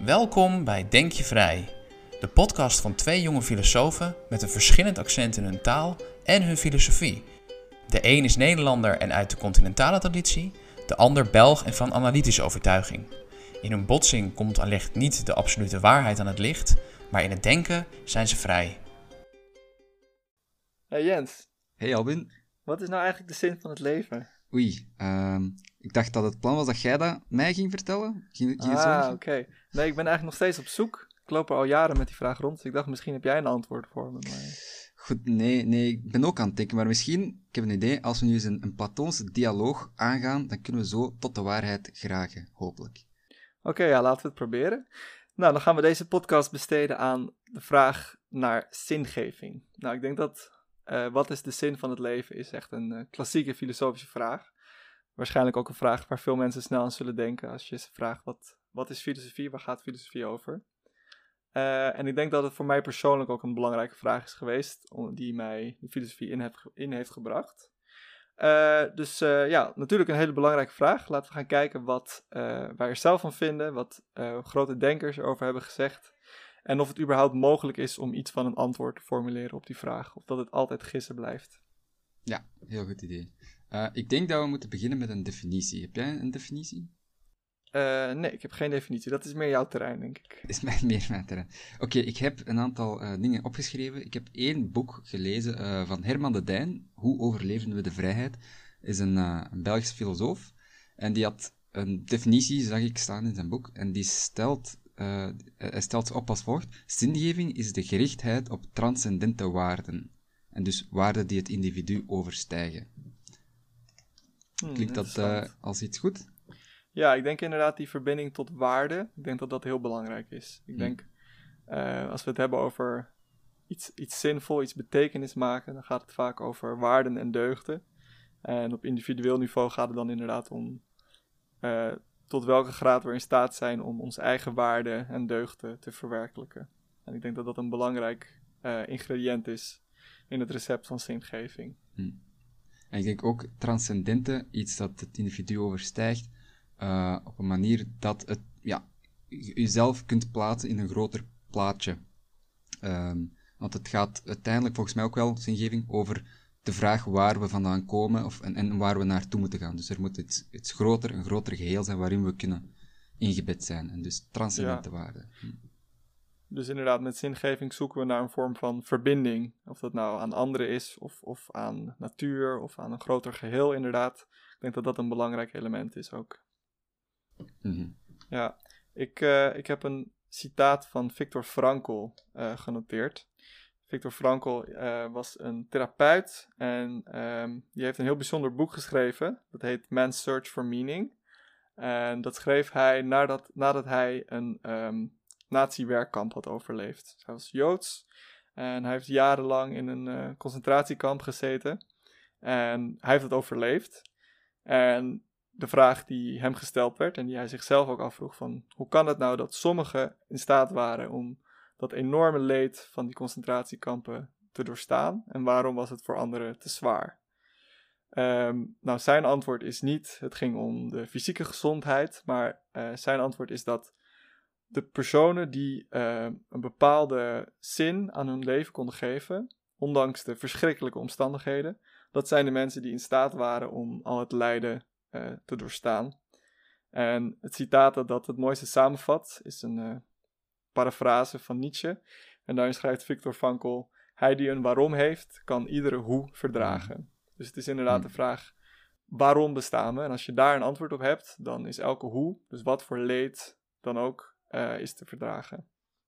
Welkom bij Denk je Vrij, de podcast van twee jonge filosofen met een verschillend accent in hun taal en hun filosofie. De een is Nederlander en uit de continentale traditie, de ander Belg en van analytische overtuiging. In hun botsing komt allicht niet de absolute waarheid aan het licht, maar in het denken zijn ze vrij. Hey Jens, Hey Albin. wat is nou eigenlijk de zin van het leven? Oei, ik dacht dat het plan was dat jij dat mij ging vertellen. Ging het zo zeggen? Oké. Nee, ik ben eigenlijk nog steeds op zoek. Ik loop er al jaren met die vraag rond, dus ik dacht misschien heb jij een antwoord voor me. Maar... Goed, nee, ik ben ook aan het denken, maar misschien, ik heb een idee, als we nu eens een Platoonse dialoog aangaan, dan kunnen we zo tot de waarheid geraken, hopelijk. Oké, ja, laten we het proberen. Nou, dan gaan we deze podcast besteden aan de vraag naar zingeving. Nou, ik denk dat wat is de zin van het leven is echt een klassieke filosofische vraag. Waarschijnlijk ook een vraag waar veel mensen snel aan zullen denken als je ze vraagt wat is filosofie, waar gaat filosofie over? En ik denk dat het voor mij persoonlijk ook een belangrijke vraag is geweest, die mij de filosofie in heeft gebracht. Dus natuurlijk een hele belangrijke vraag. Laten we gaan kijken wat wij er zelf van vinden, wat grote denkers erover hebben gezegd. En of het überhaupt mogelijk is om iets van een antwoord te formuleren op die vraag. Of dat het altijd gissen blijft. Ja, heel goed idee. Ik denk dat we moeten beginnen met een definitie. Heb jij een definitie? Nee, ik heb geen definitie. Dat is meer jouw terrein, denk ik. Dat is meer mijn terrein. Oké, ik heb een aantal dingen opgeschreven. Ik heb 1 boek gelezen van Herman de Dijn. Hoe overleven we de vrijheid? Is een Belgische filosoof. En die had een definitie, zag ik staan in zijn boek. En die stelt ze op als volgt. Zingeving is de gerichtheid op transcendente waarden. En dus waarden die het individu overstijgen. Klinkt dat als iets goed? Ja, ik denk inderdaad die verbinding tot waarde. Ik denk dat dat heel belangrijk is. Ik denk, als we het hebben over iets zinvol, iets betekenis maken, dan gaat het vaak over waarden en deugden. En op individueel niveau gaat het dan inderdaad om tot welke graad we in staat zijn om onze eigen waarden en deugden te verwerkelijken. En ik denk dat dat een belangrijk ingrediënt is in het recept van zingeving. En ik denk ook transcendente, iets dat het individu overstijgt, op een manier dat het, jezelf kunt plaatsen in een groter plaatje. Want het gaat uiteindelijk volgens mij ook wel, zingeving, over de vraag waar we vandaan komen en waar we naartoe moeten gaan. Dus er moet iets groter, een groter geheel zijn waarin we kunnen ingebed zijn. En dus transcendente waarden. Dus inderdaad, met zingeving zoeken we naar een vorm van verbinding. Of dat nou aan anderen is, of aan natuur, of aan een groter geheel inderdaad. Ik denk dat dat een belangrijk element is ook. Mm-hmm. Ja, ik heb een citaat van Viktor Frankl genoteerd. Viktor Frankl was een therapeut en die heeft een heel bijzonder boek geschreven. Dat heet Man's Search for Meaning. En dat schreef hij nadat hij een nazi-werkkamp had overleefd. Hij was Joods en hij heeft jarenlang in een concentratiekamp gezeten. En hij heeft het overleefd. En de vraag die hem gesteld werd en die hij zichzelf ook afvroeg van... hoe kan het nou dat sommigen in staat waren om dat enorme leed van die concentratiekampen te doorstaan? En waarom was het voor anderen te zwaar? Nou, zijn antwoord is niet, het ging om de fysieke gezondheid, maar zijn antwoord is dat de personen die een bepaalde zin aan hun leven konden geven, ondanks de verschrikkelijke omstandigheden, dat zijn de mensen die in staat waren om al het lijden te doorstaan. En het citaat dat het mooiste samenvat is een parafrase van Nietzsche. En daarin schrijft Viktor Frankl: hij die een waarom heeft, kan iedere hoe verdragen. Dus het is inderdaad de vraag, waarom bestaan we? En als je daar een antwoord op hebt, dan is elke hoe, dus wat voor leed dan ook, is te verdragen.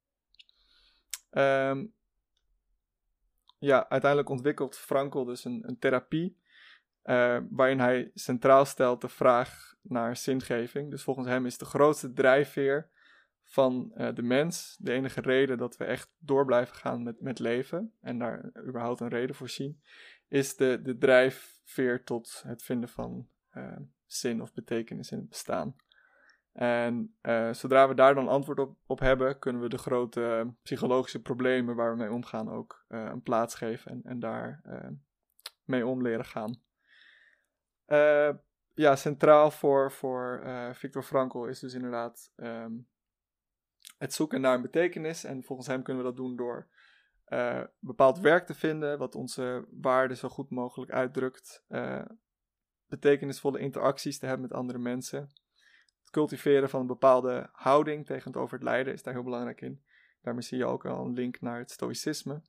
Uiteindelijk ontwikkelt Frankl dus een therapie waarin hij centraal stelt de vraag naar zingeving. Dus volgens hem is de grootste drijfveer van de mens, de enige reden dat we echt door blijven gaan met leven en daar überhaupt een reden voor zien, is de drijfveer tot het vinden van zin of betekenis in het bestaan. En zodra we daar dan antwoord op hebben, kunnen we de grote psychologische problemen waar we mee omgaan ook een plaats geven en daar mee om leren gaan. Centraal voor Viktor Frankl is dus inderdaad het zoeken naar een betekenis. En volgens hem kunnen we dat doen door bepaald werk te vinden, wat onze waarden zo goed mogelijk uitdrukt. Betekenisvolle interacties te hebben met andere mensen. Het cultiveren van een bepaalde houding tegenover het lijden is daar heel belangrijk in. Daarmee zie je ook al een link naar het stoïcisme.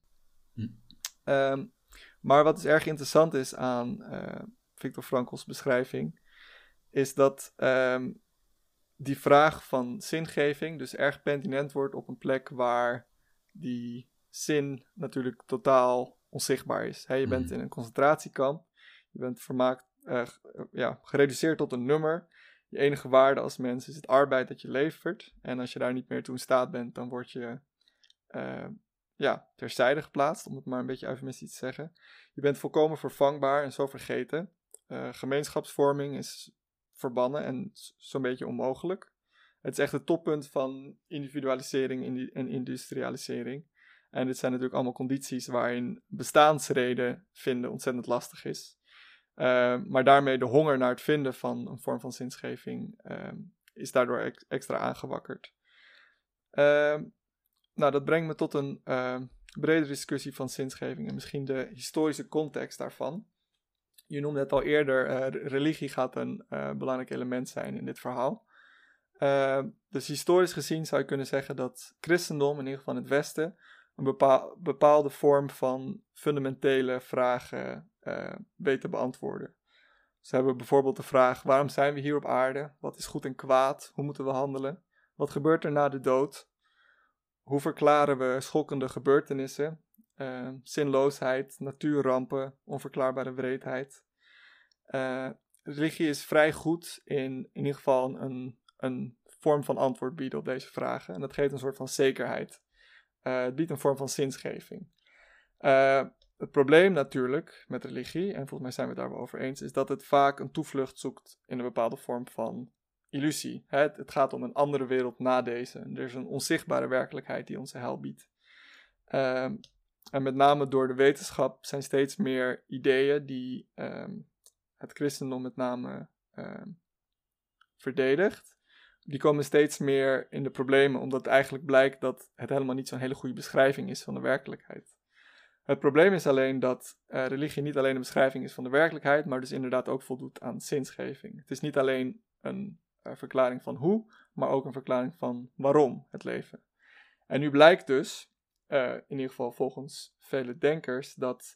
Maar wat dus erg interessant is aan Viktor Frankl's beschrijving, is dat die vraag van zingeving dus erg pertinent wordt op een plek waar die zin natuurlijk totaal onzichtbaar is. Je bent in een concentratiekamp, je bent gereduceerd tot een nummer. Je enige waarde als mens is het arbeid dat je levert. En als je daar niet meer toe in staat bent, dan word je terzijde geplaatst, om het maar een beetje eufemistisch te zeggen. Je bent volkomen vervangbaar en zo vergeten. Gemeenschapsvorming is verbannen en zo'n beetje onmogelijk. Het is echt het toppunt van individualisering en industrialisering. En dit zijn natuurlijk allemaal condities waarin bestaansreden vinden ontzettend lastig is. Maar daarmee de honger naar het vinden van een vorm van zinsgeving is daardoor extra aangewakkerd. Dat brengt me tot een bredere discussie van zinsgeving en misschien de historische context daarvan. Je noemde het al eerder, religie gaat een belangrijk element zijn in dit verhaal. Dus historisch gezien zou je kunnen zeggen dat christendom, in ieder geval in het Westen, een bepaalde vorm van fundamentele vragen weet te beantwoorden. Ze hebben bijvoorbeeld de vraag: waarom zijn we hier op aarde? Wat is goed en kwaad? Hoe moeten we handelen? Wat gebeurt er na de dood? Hoe verklaren we schokkende gebeurtenissen? Zinloosheid, natuurrampen, onverklaarbare wreedheid. Religie is vrij goed in ieder geval een vorm van antwoord bieden op deze vragen. En dat geeft een soort van zekerheid. Het biedt een vorm van zinsgeving. Het probleem natuurlijk met religie, en volgens mij zijn we het daar wel over eens, is dat het vaak een toevlucht zoekt in een bepaalde vorm van illusie. Het gaat om een andere wereld na deze. Er is een onzichtbare werkelijkheid die ons heil biedt. En met name door de wetenschap zijn steeds meer ideeën die het christendom met name verdedigt. Die komen steeds meer in de problemen, omdat eigenlijk blijkt dat het helemaal niet zo'n hele goede beschrijving is van de werkelijkheid. Het probleem is alleen dat religie niet alleen een beschrijving is van de werkelijkheid, maar dus inderdaad ook voldoet aan zinsgeving. Het is niet alleen een verklaring van hoe, maar ook een verklaring van waarom het leven. En nu blijkt dus, in ieder geval volgens vele denkers, dat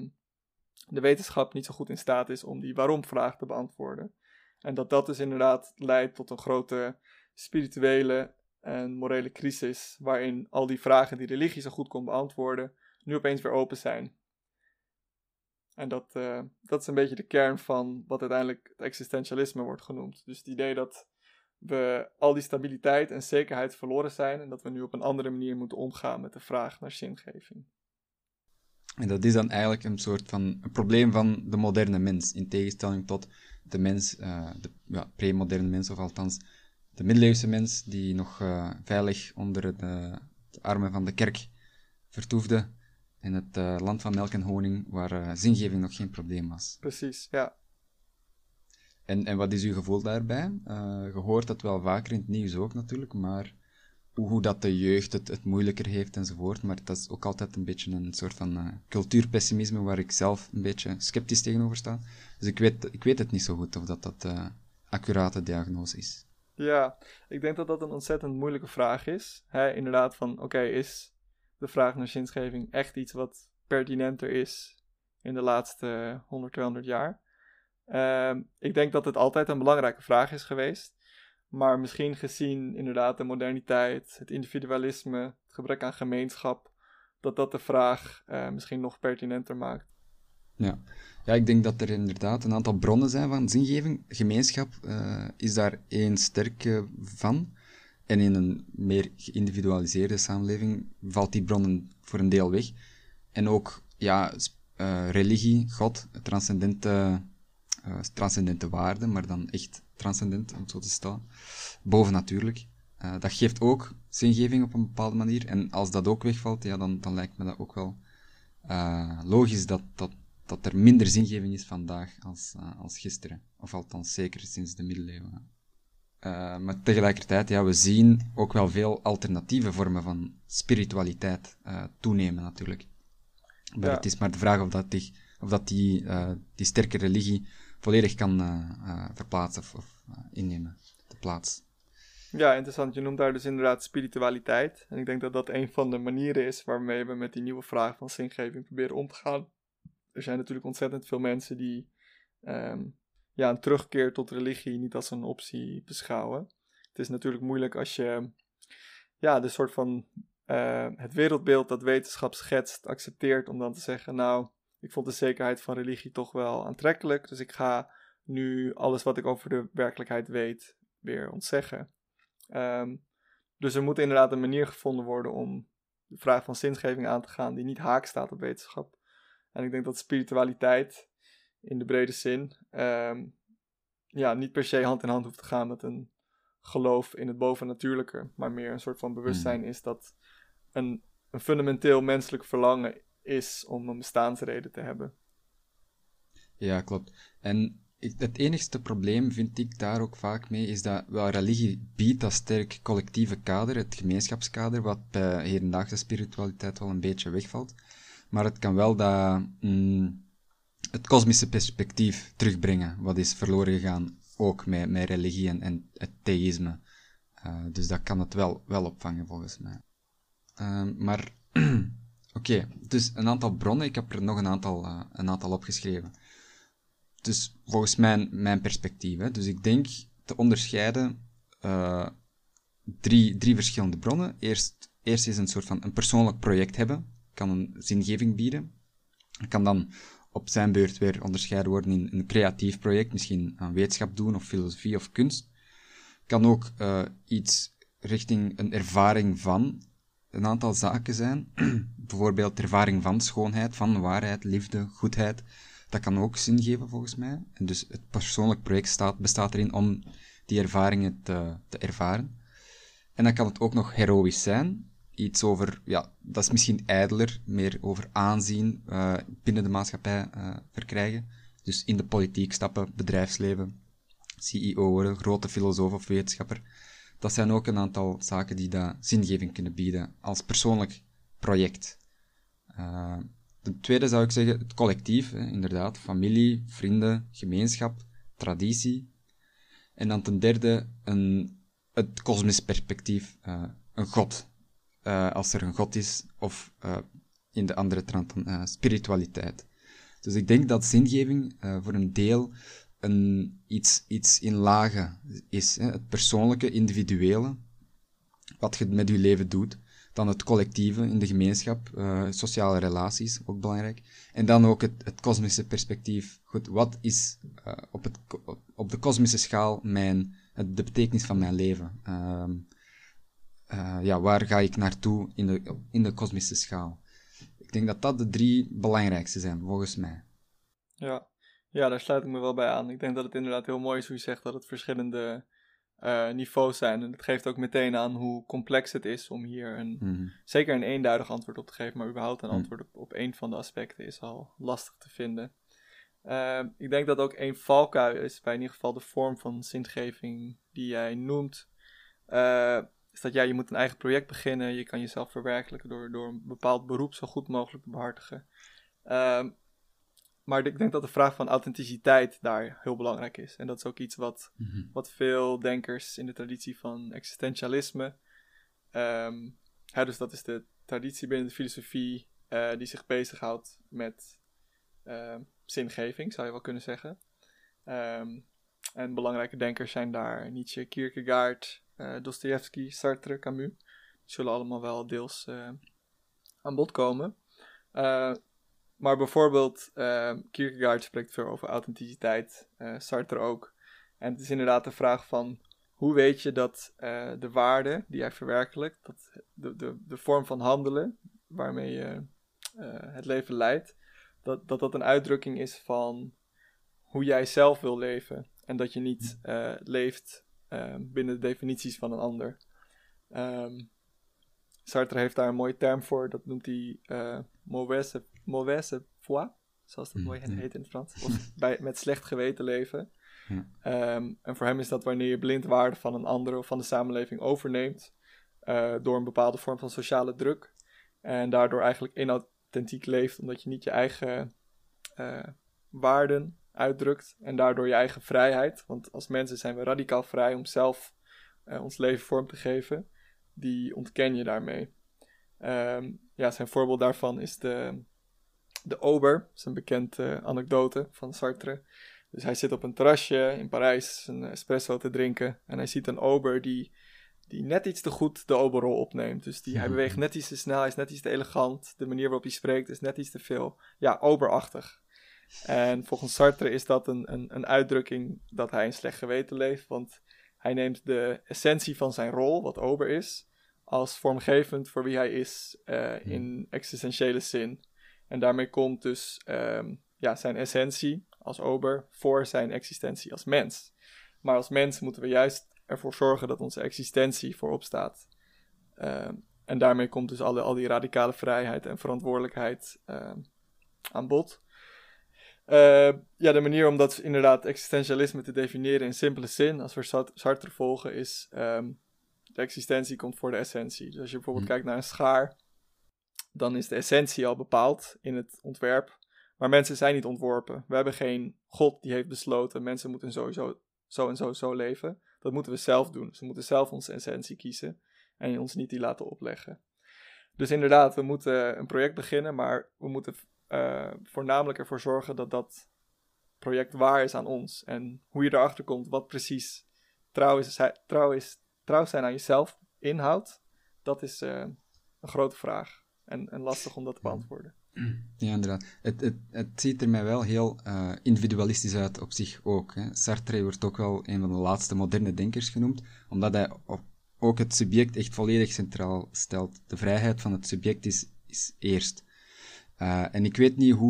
de wetenschap niet zo goed in staat is om die waarom-vraag te beantwoorden. En dat dus inderdaad leidt tot een grote spirituele en morele crisis, waarin al die vragen die religie zo goed kon beantwoorden, nu opeens weer open zijn. En dat is een beetje de kern van wat uiteindelijk het existentialisme wordt genoemd. Dus het idee dat we al die stabiliteit en zekerheid verloren zijn en dat we nu op een andere manier moeten omgaan met de vraag naar zingeving. En dat is dan eigenlijk een soort van een probleem van de moderne mens, in tegenstelling tot de mens, de pre-moderne mens, of althans de middeleeuwse mens, die nog veilig onder de armen van de kerk vertoefde, in het land van melk en honing, waar zingeving nog geen probleem was. Precies, ja. En wat is uw gevoel daarbij? Je hoort dat wel vaker in het nieuws ook natuurlijk, maar hoe dat de jeugd het moeilijker heeft enzovoort. Maar dat is ook altijd een beetje een soort van cultuurpessimisme waar ik zelf een beetje sceptisch tegenover sta. Dus ik weet het niet zo goed of dat accurate diagnose is. Ja, ik denk dat dat een ontzettend moeilijke vraag is. Inderdaad van, oké, is de vraag naar zinsgeving echt iets wat pertinenter is in de laatste 100, 200 jaar? Ik denk dat het altijd een belangrijke vraag is geweest. Maar misschien gezien inderdaad de moderniteit, het individualisme, het gebrek aan gemeenschap, dat de vraag misschien nog pertinenter maakt. Ja, ik denk dat er inderdaad een aantal bronnen zijn van zingeving. Gemeenschap is daar één sterke van. En in een meer geïndividualiseerde samenleving valt die bronnen voor een deel weg. En ook religie, God, transcendente waarden, maar dan echt transcendent, om het zo te stellen. Bovennatuurlijk. Dat geeft ook zingeving op een bepaalde manier. En als dat ook wegvalt, ja, dan lijkt me dat ook wel logisch dat er minder zingeving is vandaag als gisteren. Of althans zeker sinds de middeleeuwen. Maar tegelijkertijd, ja, we zien ook wel veel alternatieve vormen van spiritualiteit toenemen natuurlijk. Maar het is maar de vraag of dat die sterke religie volledig kan verplaatsen of innemen, de plaats. Ja, interessant. Je noemt daar dus inderdaad spiritualiteit. En ik denk dat dat een van de manieren is waarmee we met die nieuwe vraag van zingeving proberen om te gaan. Er zijn natuurlijk ontzettend veel mensen die een terugkeer tot religie niet als een optie beschouwen. Het is natuurlijk moeilijk als je de soort van het wereldbeeld dat wetenschap schetst accepteert om dan te zeggen, nou, ik vond de zekerheid van religie toch wel aantrekkelijk, dus ik ga nu alles wat ik over de werkelijkheid weet weer ontzeggen. Dus er moet inderdaad een manier gevonden worden om de vraag van zingeving aan te gaan die niet haak staat op wetenschap. En ik denk dat spiritualiteit in de brede zin niet per se hand in hand hoeft te gaan met een geloof in het bovennatuurlijke, maar meer een soort van bewustzijn is dat een fundamenteel menselijk verlangen is om een bestaansreden te hebben. Ja, klopt. En het enigste probleem vind ik daar ook vaak mee, is dat wel religie biedt dat sterk collectieve kader, het gemeenschapskader, wat bij hedendaagse spiritualiteit wel een beetje wegvalt. Maar het kan wel het kosmische perspectief terugbrengen, wat is verloren gegaan, ook met religie en het theïsme. Dus dat kan het wel opvangen, volgens mij. Maar, oké, dus een aantal bronnen, ik heb er nog een aantal opgeschreven. Dus volgens mijn perspectief, hè. Dus ik denk te onderscheiden drie verschillende bronnen. Eerst is een soort van een persoonlijk project hebben, kan een zingeving bieden. Kan dan op zijn beurt weer onderscheiden worden in een creatief project, misschien aan wetenschap doen, of filosofie of kunst. Kan ook iets richting een ervaring van een aantal zaken zijn. Bijvoorbeeld ervaring van schoonheid, van waarheid, liefde, goedheid. Dat kan ook zin geven, volgens mij. En dus het persoonlijk project bestaat erin om die ervaringen te ervaren. En dan kan het ook nog heroïsch zijn. Iets over, dat is misschien ijdeler, meer over aanzien binnen de maatschappij verkrijgen. Dus in de politiek stappen, bedrijfsleven, CEO worden, grote filosoof of wetenschapper. Dat zijn ook een aantal zaken die dat zingeving kunnen bieden als persoonlijk project. De tweede zou ik zeggen, het collectief, inderdaad, familie, vrienden, gemeenschap, traditie. En dan ten derde het kosmisch perspectief, een god. Als er een god is, of in de andere trant spiritualiteit. Dus ik denk dat zingeving voor een deel iets in lagen is. Hè? Het persoonlijke, individuele, wat je met je leven doet. Dan het collectieve in de gemeenschap, sociale relaties, ook belangrijk. En dan ook het kosmische perspectief. Goed, wat is op de kosmische schaal de betekenis van mijn leven? Waar ga ik naartoe in de kosmische schaal? Ik denk dat dat de drie belangrijkste zijn, volgens mij. Ja, daar sluit ik me wel bij aan. Ik denk dat het inderdaad heel mooi is hoe je zegt dat het verschillende niveaus zijn. En het geeft ook meteen aan hoe complex het is om hier zeker een eenduidig antwoord op te geven, maar überhaupt een antwoord op één van de aspecten is al lastig te vinden. Ik denk dat ook één valkuil is bij in ieder geval de vorm van zingeving die jij noemt. Is dat je moet een eigen project beginnen. Je kan jezelf verwerkelijken door een bepaald beroep zo goed mogelijk te behartigen. Maar ik denk dat de vraag van authenticiteit daar heel belangrijk is. En dat is ook iets wat veel denkers in de traditie van existentialisme... dus dat is de traditie binnen de filosofie die zich bezighoudt met zingeving, zou je wel kunnen zeggen. En belangrijke denkers zijn daar Nietzsche, Kierkegaard, Dostojevski, Sartre, Camus. Die zullen allemaal wel deels aan bod komen. Maar bijvoorbeeld Kierkegaard spreekt veel over authenticiteit, Sartre ook. En het is inderdaad de vraag van hoe weet je dat de waarde die jij verwerkelijkt, dat de vorm van handelen waarmee je het leven leidt, dat een uitdrukking is van hoe jij zelf wil leven. En dat je niet leeft binnen de definities van een ander. Sartre heeft daar een mooie term voor, dat noemt hij mauvaise foi, zoals dat mooi heet in het Frans. Of met slecht geweten leven. Ja. En voor hem is dat wanneer je blind waarden van een andere of van de samenleving overneemt, door een bepaalde vorm van sociale druk. En daardoor eigenlijk inauthentiek leeft, omdat je niet je eigen waarden uitdrukt. En daardoor je eigen vrijheid, want als mensen zijn we radicaal vrij om zelf ons leven vorm te geven. Die ontken je daarmee. Zijn voorbeeld daarvan is de ober. Dat is een bekende anekdote van Sartre. Dus hij zit op een terrasje in Parijs een espresso te drinken. En hij ziet een ober die net iets te goed de oberrol opneemt. Dus hij beweegt net iets te snel, hij is net iets te elegant. De manier waarop hij spreekt is net iets te veel. Ja, oberachtig. En volgens Sartre is dat een uitdrukking dat hij een slecht geweten leeft. Want hij neemt de essentie van zijn rol, wat ober is, als vormgevend voor wie hij is in existentiële zin. En daarmee komt dus zijn essentie als ober voor zijn existentie als mens. Maar als mens moeten we juist ervoor zorgen dat onze existentie voorop staat. En daarmee komt dus al die radicale vrijheid en verantwoordelijkheid aan bod. De manier om dat inderdaad existentialisme te definiëren in simpele zin, als we Sartre volgen, is de existentie komt voor de essentie. Dus als je bijvoorbeeld kijkt naar een schaar, dan is de essentie al bepaald in het ontwerp. Maar mensen zijn niet ontworpen. We hebben geen God die heeft besloten, mensen moeten sowieso zo en zo leven. Dat moeten we zelf doen. Dus we moeten zelf onze essentie kiezen en ons niet die laten opleggen. Dus inderdaad, we moeten een project beginnen, maar we moeten voornamelijk ervoor zorgen dat dat project waar is aan ons. En hoe je erachter komt wat precies trouw zijn aan jezelf inhoudt, dat is een grote vraag en lastig om dat te beantwoorden. Ja, inderdaad. Het ziet er mij wel heel individualistisch uit op zich ook. Hè. Sartre wordt ook wel een van de laatste moderne denkers genoemd, omdat hij ook het subject echt volledig centraal stelt. De vrijheid van het subject is eerst. En ik weet niet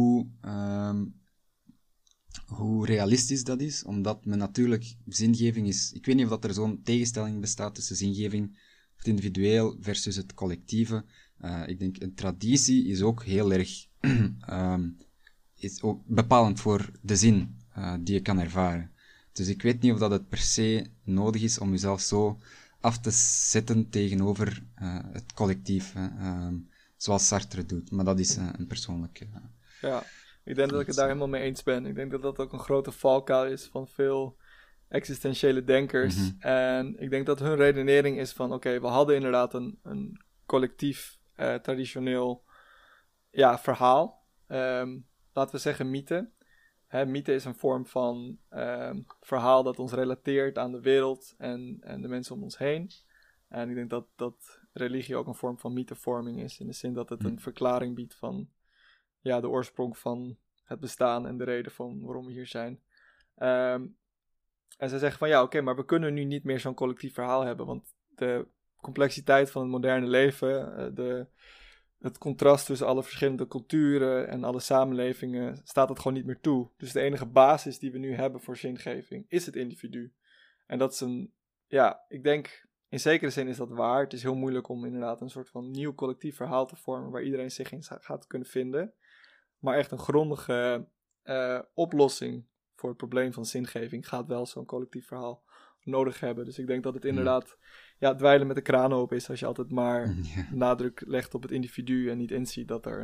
hoe realistisch dat is, omdat men natuurlijk zingeving is... Ik weet niet of dat er zo'n tegenstelling bestaat tussen zingeving, het individueel versus het collectieve. Ik denk, een traditie is ook heel erg is ook bepalend voor de zin die je kan ervaren. Dus ik weet niet of dat het per se nodig is om jezelf zo af te zetten tegenover het collectief, zoals Sartre doet. Maar dat is een persoonlijke... Ja, ik denk dat ik het daar helemaal mee eens ben. Ik denk dat dat ook een grote valkuil is van veel existentiële denkers. Mm-hmm. En ik denk dat hun redenering is van, oké, we hadden inderdaad een collectief traditioneel verhaal. Laten we zeggen mythe. Mythe is een vorm van verhaal dat ons relateert aan de wereld en de mensen om ons heen. En ik denk dat religie ook een vorm van mythevorming is. In de zin dat het een verklaring biedt van de oorsprong van het bestaan en de reden van waarom we hier zijn. En ze zeggen van oké, maar we kunnen nu niet meer zo'n collectief verhaal hebben. Want de complexiteit van het moderne leven, het contrast tussen alle verschillende culturen en alle samenlevingen, staat het gewoon niet meer toe. Dus de enige basis die we nu hebben voor zingeving is het individu. En dat is ik denk, in zekere zin is dat waar. Het is heel moeilijk om inderdaad een soort van nieuw collectief verhaal te vormen waar iedereen zich in gaat kunnen vinden. Maar echt een grondige oplossing voor het probleem van zingeving gaat wel zo'n collectief verhaal nodig hebben. Dus ik denk dat het inderdaad dweilen met de kraan open is als je altijd maar nadruk legt op het individu en niet inziet dat er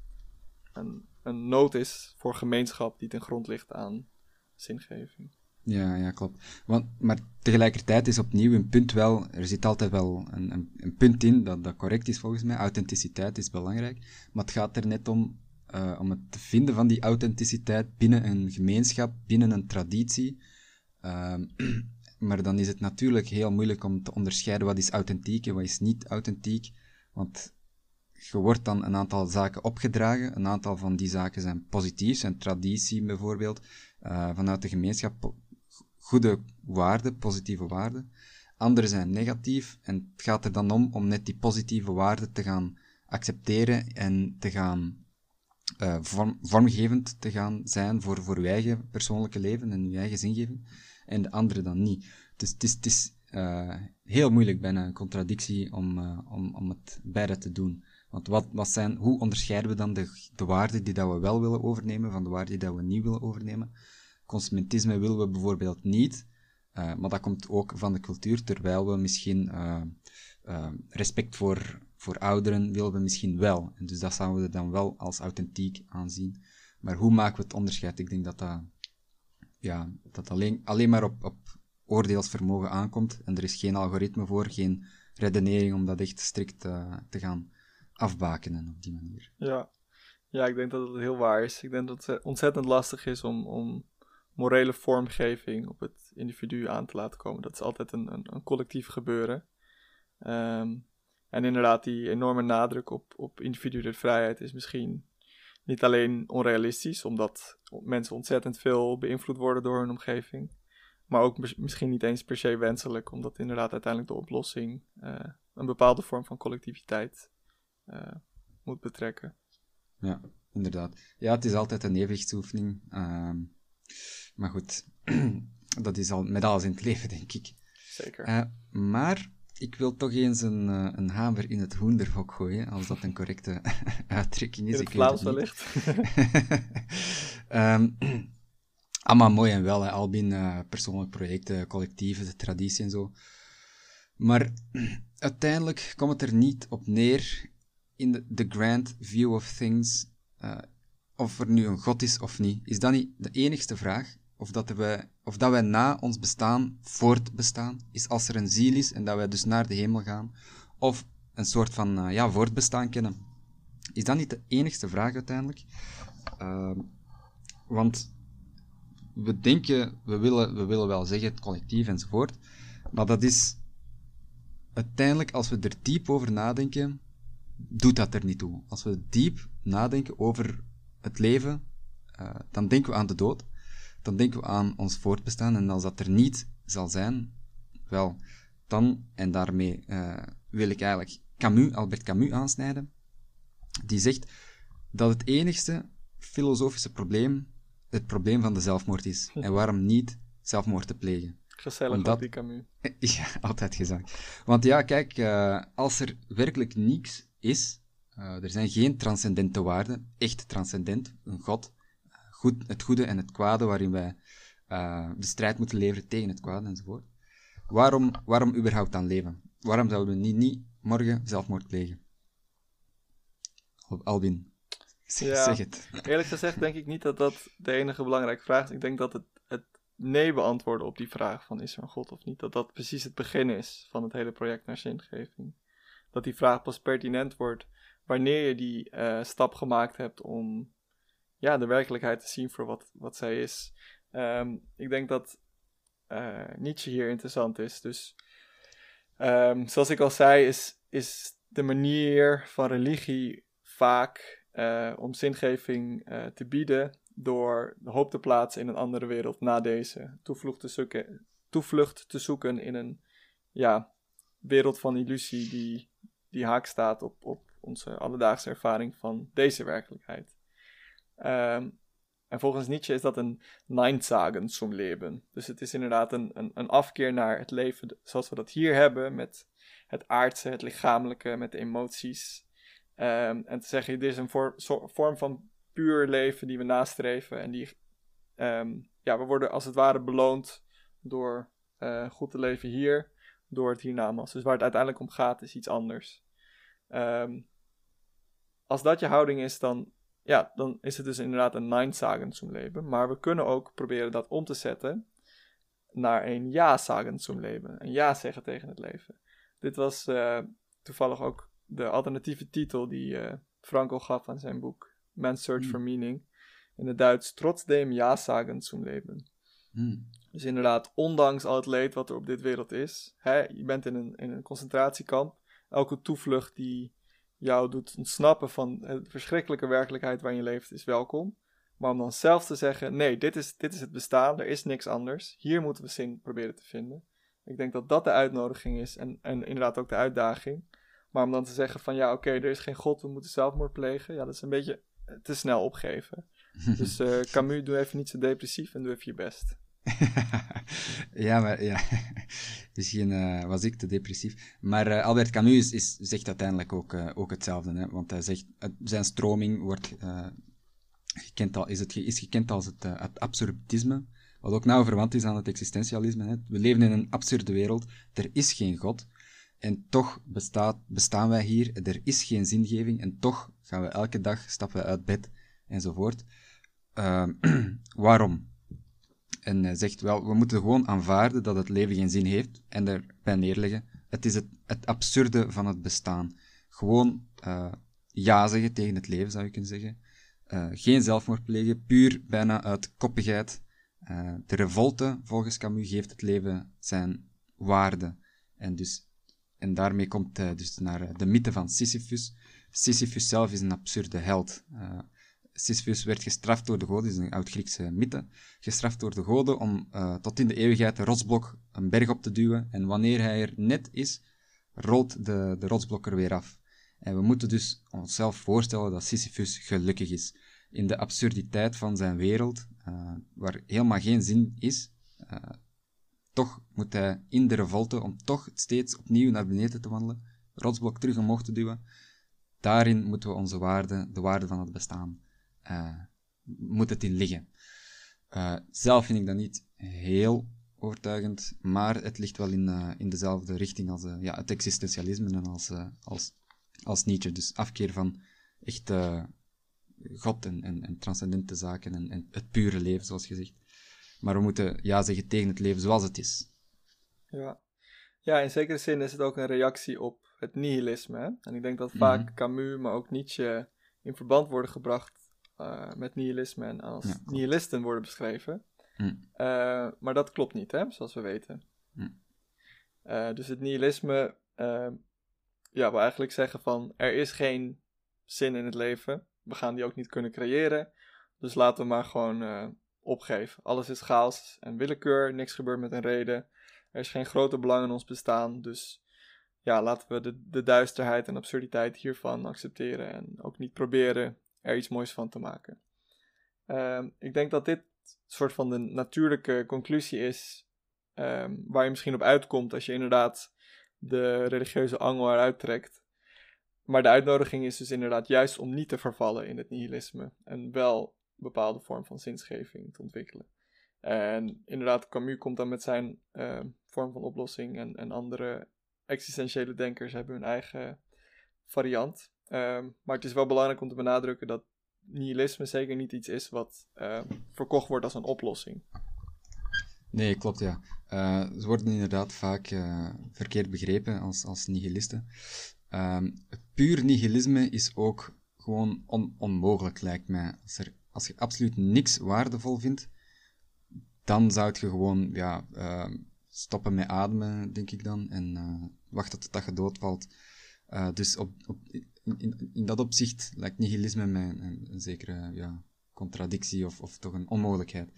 een nood is voor gemeenschap die ten grond ligt aan zingeving. Ja, klopt. Maar tegelijkertijd is opnieuw een punt wel, er zit altijd wel een punt in dat correct is volgens mij. Authenticiteit is belangrijk, maar het gaat er net om het te vinden van die authenticiteit binnen een gemeenschap, binnen een traditie. Maar dan is het natuurlijk heel moeilijk om te onderscheiden wat is authentiek en wat is niet authentiek. Want je wordt dan een aantal zaken opgedragen. Een aantal van die zaken zijn positief, zijn traditie bijvoorbeeld. Vanuit de gemeenschap goede waarden, positieve waarden. Andere zijn negatief. En het gaat er dan om net die positieve waarden te gaan accepteren en te gaan vormgevend te gaan zijn voor uw eigen persoonlijke leven en uw eigen zingeving. En de andere dan niet. Dus het is heel moeilijk, bijna een contradictie om het beide te doen. Want hoe onderscheiden we dan de waarden die dat we wel willen overnemen van de waarden die dat we niet willen overnemen? Consumentisme willen we bijvoorbeeld niet, maar dat komt ook van de cultuur, terwijl we misschien respect voor ouderen willen we misschien wel. En dus dat zouden we dan wel als authentiek aanzien. Maar hoe maken we het onderscheid? Ik denk dat alleen maar op oordeelsvermogen aankomt. En er is geen algoritme voor, geen redenering om dat echt strikt te gaan afbakenen op die manier. Ja, ik denk dat het heel waar is. Ik denk dat het ontzettend lastig is om morele vormgeving op het individu aan te laten komen. Dat is altijd een collectief gebeuren. En inderdaad, die enorme nadruk op individuele vrijheid is misschien niet alleen onrealistisch, omdat mensen ontzettend veel beïnvloed worden door hun omgeving, maar ook misschien niet eens per se wenselijk, omdat inderdaad uiteindelijk de oplossing een bepaalde vorm van collectiviteit moet betrekken. Ja, inderdaad. Ja, het is altijd een evenwichtsoefening. Maar goed, dat is al met alles in het leven, denk ik. Zeker. Maar ik wil toch eens een hamer in het hoenderhok gooien, als dat een correcte uitdrukking is. In het Vlaams wellicht. Allemaal mooi en wel, hè. Albin, persoonlijke projecten, collectieven, de traditie en zo. Maar uiteindelijk komt het er niet op neer, in the grand view of things, of er nu een God is of niet. Is dat niet de enigste vraag? Of dat wij na ons bestaan voortbestaan, is als er een ziel is en dat wij dus naar de hemel gaan, of een soort van voortbestaan kennen. Is dat niet de enigste vraag uiteindelijk? Want we denken, we willen wel zeggen het collectief enzovoort, maar dat is uiteindelijk, als we er diep over nadenken, doet dat er niet toe. Als we diep nadenken over het leven, dan denken we aan de dood. Dan denken we aan ons voortbestaan. En als dat er niet zal zijn, wel, dan, en daarmee wil ik eigenlijk Albert Camus aansnijden, die zegt dat het enigste filosofische probleem het probleem van de zelfmoord is. En waarom niet zelfmoord te plegen? Gezellig op die Camus. Ja, altijd gezegd. Want ja, kijk, als er werkelijk niets is, er zijn geen transcendente waarden, echt transcendent, een God, het goede en het kwade, waarin wij de strijd moeten leveren tegen het kwade enzovoort. Waarom überhaupt aan leven? Waarom zouden we niet morgen zelfmoord plegen? Albin, zeg het. Eerlijk gezegd denk ik niet dat dat de enige belangrijke vraag is. Ik denk dat het nee beantwoorden op die vraag van is er een God of niet, dat precies het begin is van het hele project naar zingeving. Dat die vraag pas pertinent wordt wanneer je die stap gemaakt hebt om de werkelijkheid te zien voor wat zij is. Ik denk dat Nietzsche hier interessant is. Dus zoals ik al zei, is de manier van religie vaak om zingeving te bieden door de hoop te plaatsen in een andere wereld na deze. Toevlucht te zoeken in een wereld van illusie die haak staat op onze alledaagse ervaring van deze werkelijkheid. En volgens Nietzsche is dat een Neinsagen zum Leben. Dus het is inderdaad een afkeer naar het leven zoals we dat hier hebben, met het aardse, het lichamelijke, met de emoties. En te zeggen, dit is een vorm van puur leven die we nastreven. En die, we worden als het ware beloond door goed te leven hier, door het hiernamaals. Dus waar het uiteindelijk om gaat is iets anders. Als dat je houding is, dan is het dus inderdaad een Nein-Sagen zum Leben. Maar we kunnen ook proberen dat om te zetten naar een Ja-Sagen zum Leben. Een ja zeggen tegen het leven. Dit was toevallig ook de alternatieve titel die Frankl gaf aan zijn boek Man's Search for Meaning. In het Duits, Trotzdem Ja-Sagen zum Leben. Dus inderdaad, ondanks al het leed wat er op dit wereld is. Je bent in een concentratiekamp. Elke toevlucht die jou doet ontsnappen van de verschrikkelijke werkelijkheid waarin je leeft is welkom. Maar om dan zelf te zeggen, nee, dit is het bestaan, er is niks anders. Hier moeten we zin proberen te vinden. Ik denk dat dat de uitnodiging is en inderdaad ook de uitdaging. Maar om dan te zeggen van er is geen God, we moeten zelfmoord plegen. Ja, dat is een beetje te snel opgeven. Dus Camus, doe even niet zo depressief en doe even je best. Misschien was ik te depressief. Maar Albert Camus zegt uiteindelijk ook hetzelfde. Hè? Want hij zegt, zijn stroming wordt is gekend als het absurdisme. Wat ook nauw verwant is aan het existentialisme. Hè. We leven in een absurde wereld. Er is geen God. En toch bestaan wij hier. Er is geen zingeving. En toch gaan we elke dag stappen uit bed enzovoort. Waarom? En hij zegt wel, we moeten gewoon aanvaarden dat het leven geen zin heeft en erbij neerleggen. Het is het absurde van het bestaan. Gewoon ja zeggen tegen het leven, zou je kunnen zeggen. Geen zelfmoord plegen, puur bijna uit koppigheid. De revolte, volgens Camus, geeft het leven zijn waarde. En daarmee komt hij dus naar de mythe van Sisyphus. Sisyphus zelf is een absurde held. Sisyphus werd gestraft door de goden, dit is een oud-Griekse mythe, gestraft door de goden om tot in de eeuwigheid de rotsblok een berg op te duwen. En wanneer hij er net is, rolt de rotsblok er weer af. En we moeten dus onszelf voorstellen dat Sisyphus gelukkig is. In de absurditeit van zijn wereld, waar helemaal geen zin is, toch moet hij in de revolte, om toch steeds opnieuw naar beneden te wandelen, de rotsblok terug omhoog te duwen. Daarin moeten we onze waarde, de waarde van het bestaan, moet het in liggen. Zelf vind ik dat niet heel overtuigend, maar het ligt wel in dezelfde richting als het existentialisme en als Nietzsche. Dus afkeer van echt God en transcendente zaken en het pure leven, zoals gezegd. Maar we moeten ja zeggen tegen het leven zoals het is. Ja, in zekere zin is het ook een reactie op het nihilisme. Hè? En ik denk dat vaak Camus, maar ook Nietzsche in verband worden gebracht met nihilisme en als nihilisten worden beschreven. Maar dat klopt niet, hè? Zoals we weten. Dus het nihilisme wil eigenlijk zeggen van er is geen zin in het leven. We gaan die ook niet kunnen creëren. Dus laten we maar gewoon opgeven. Alles is chaos en willekeur. Niks gebeurt met een reden. Er is geen groter belang in ons bestaan. Dus ja, laten we de duisterheid en absurditeit hiervan accepteren. En ook niet proberen er iets moois van te maken. Ik denk dat dit een soort van de natuurlijke conclusie is. Waar je misschien op uitkomt als je inderdaad de religieuze angel eruit trekt. Maar de uitnodiging is dus inderdaad juist om niet te vervallen in het nihilisme. En wel een bepaalde vorm van zinsgeving te ontwikkelen. En inderdaad, Camus komt dan met zijn vorm van oplossing. En andere existentiële denkers hebben hun eigen variant. Maar het is wel belangrijk om te benadrukken dat nihilisme zeker niet iets is wat verkocht wordt als een oplossing. Nee, klopt, ja. Ze worden inderdaad vaak verkeerd begrepen als nihilisten. Puur nihilisme is ook gewoon onmogelijk, lijkt mij. Als je absoluut niks waardevol vindt, dan zou je gewoon stoppen met ademen, denk ik dan, en wachten tot je doodvalt. Dus in dat opzicht lijkt nihilisme mij een zekere contradictie of toch een onmogelijkheid.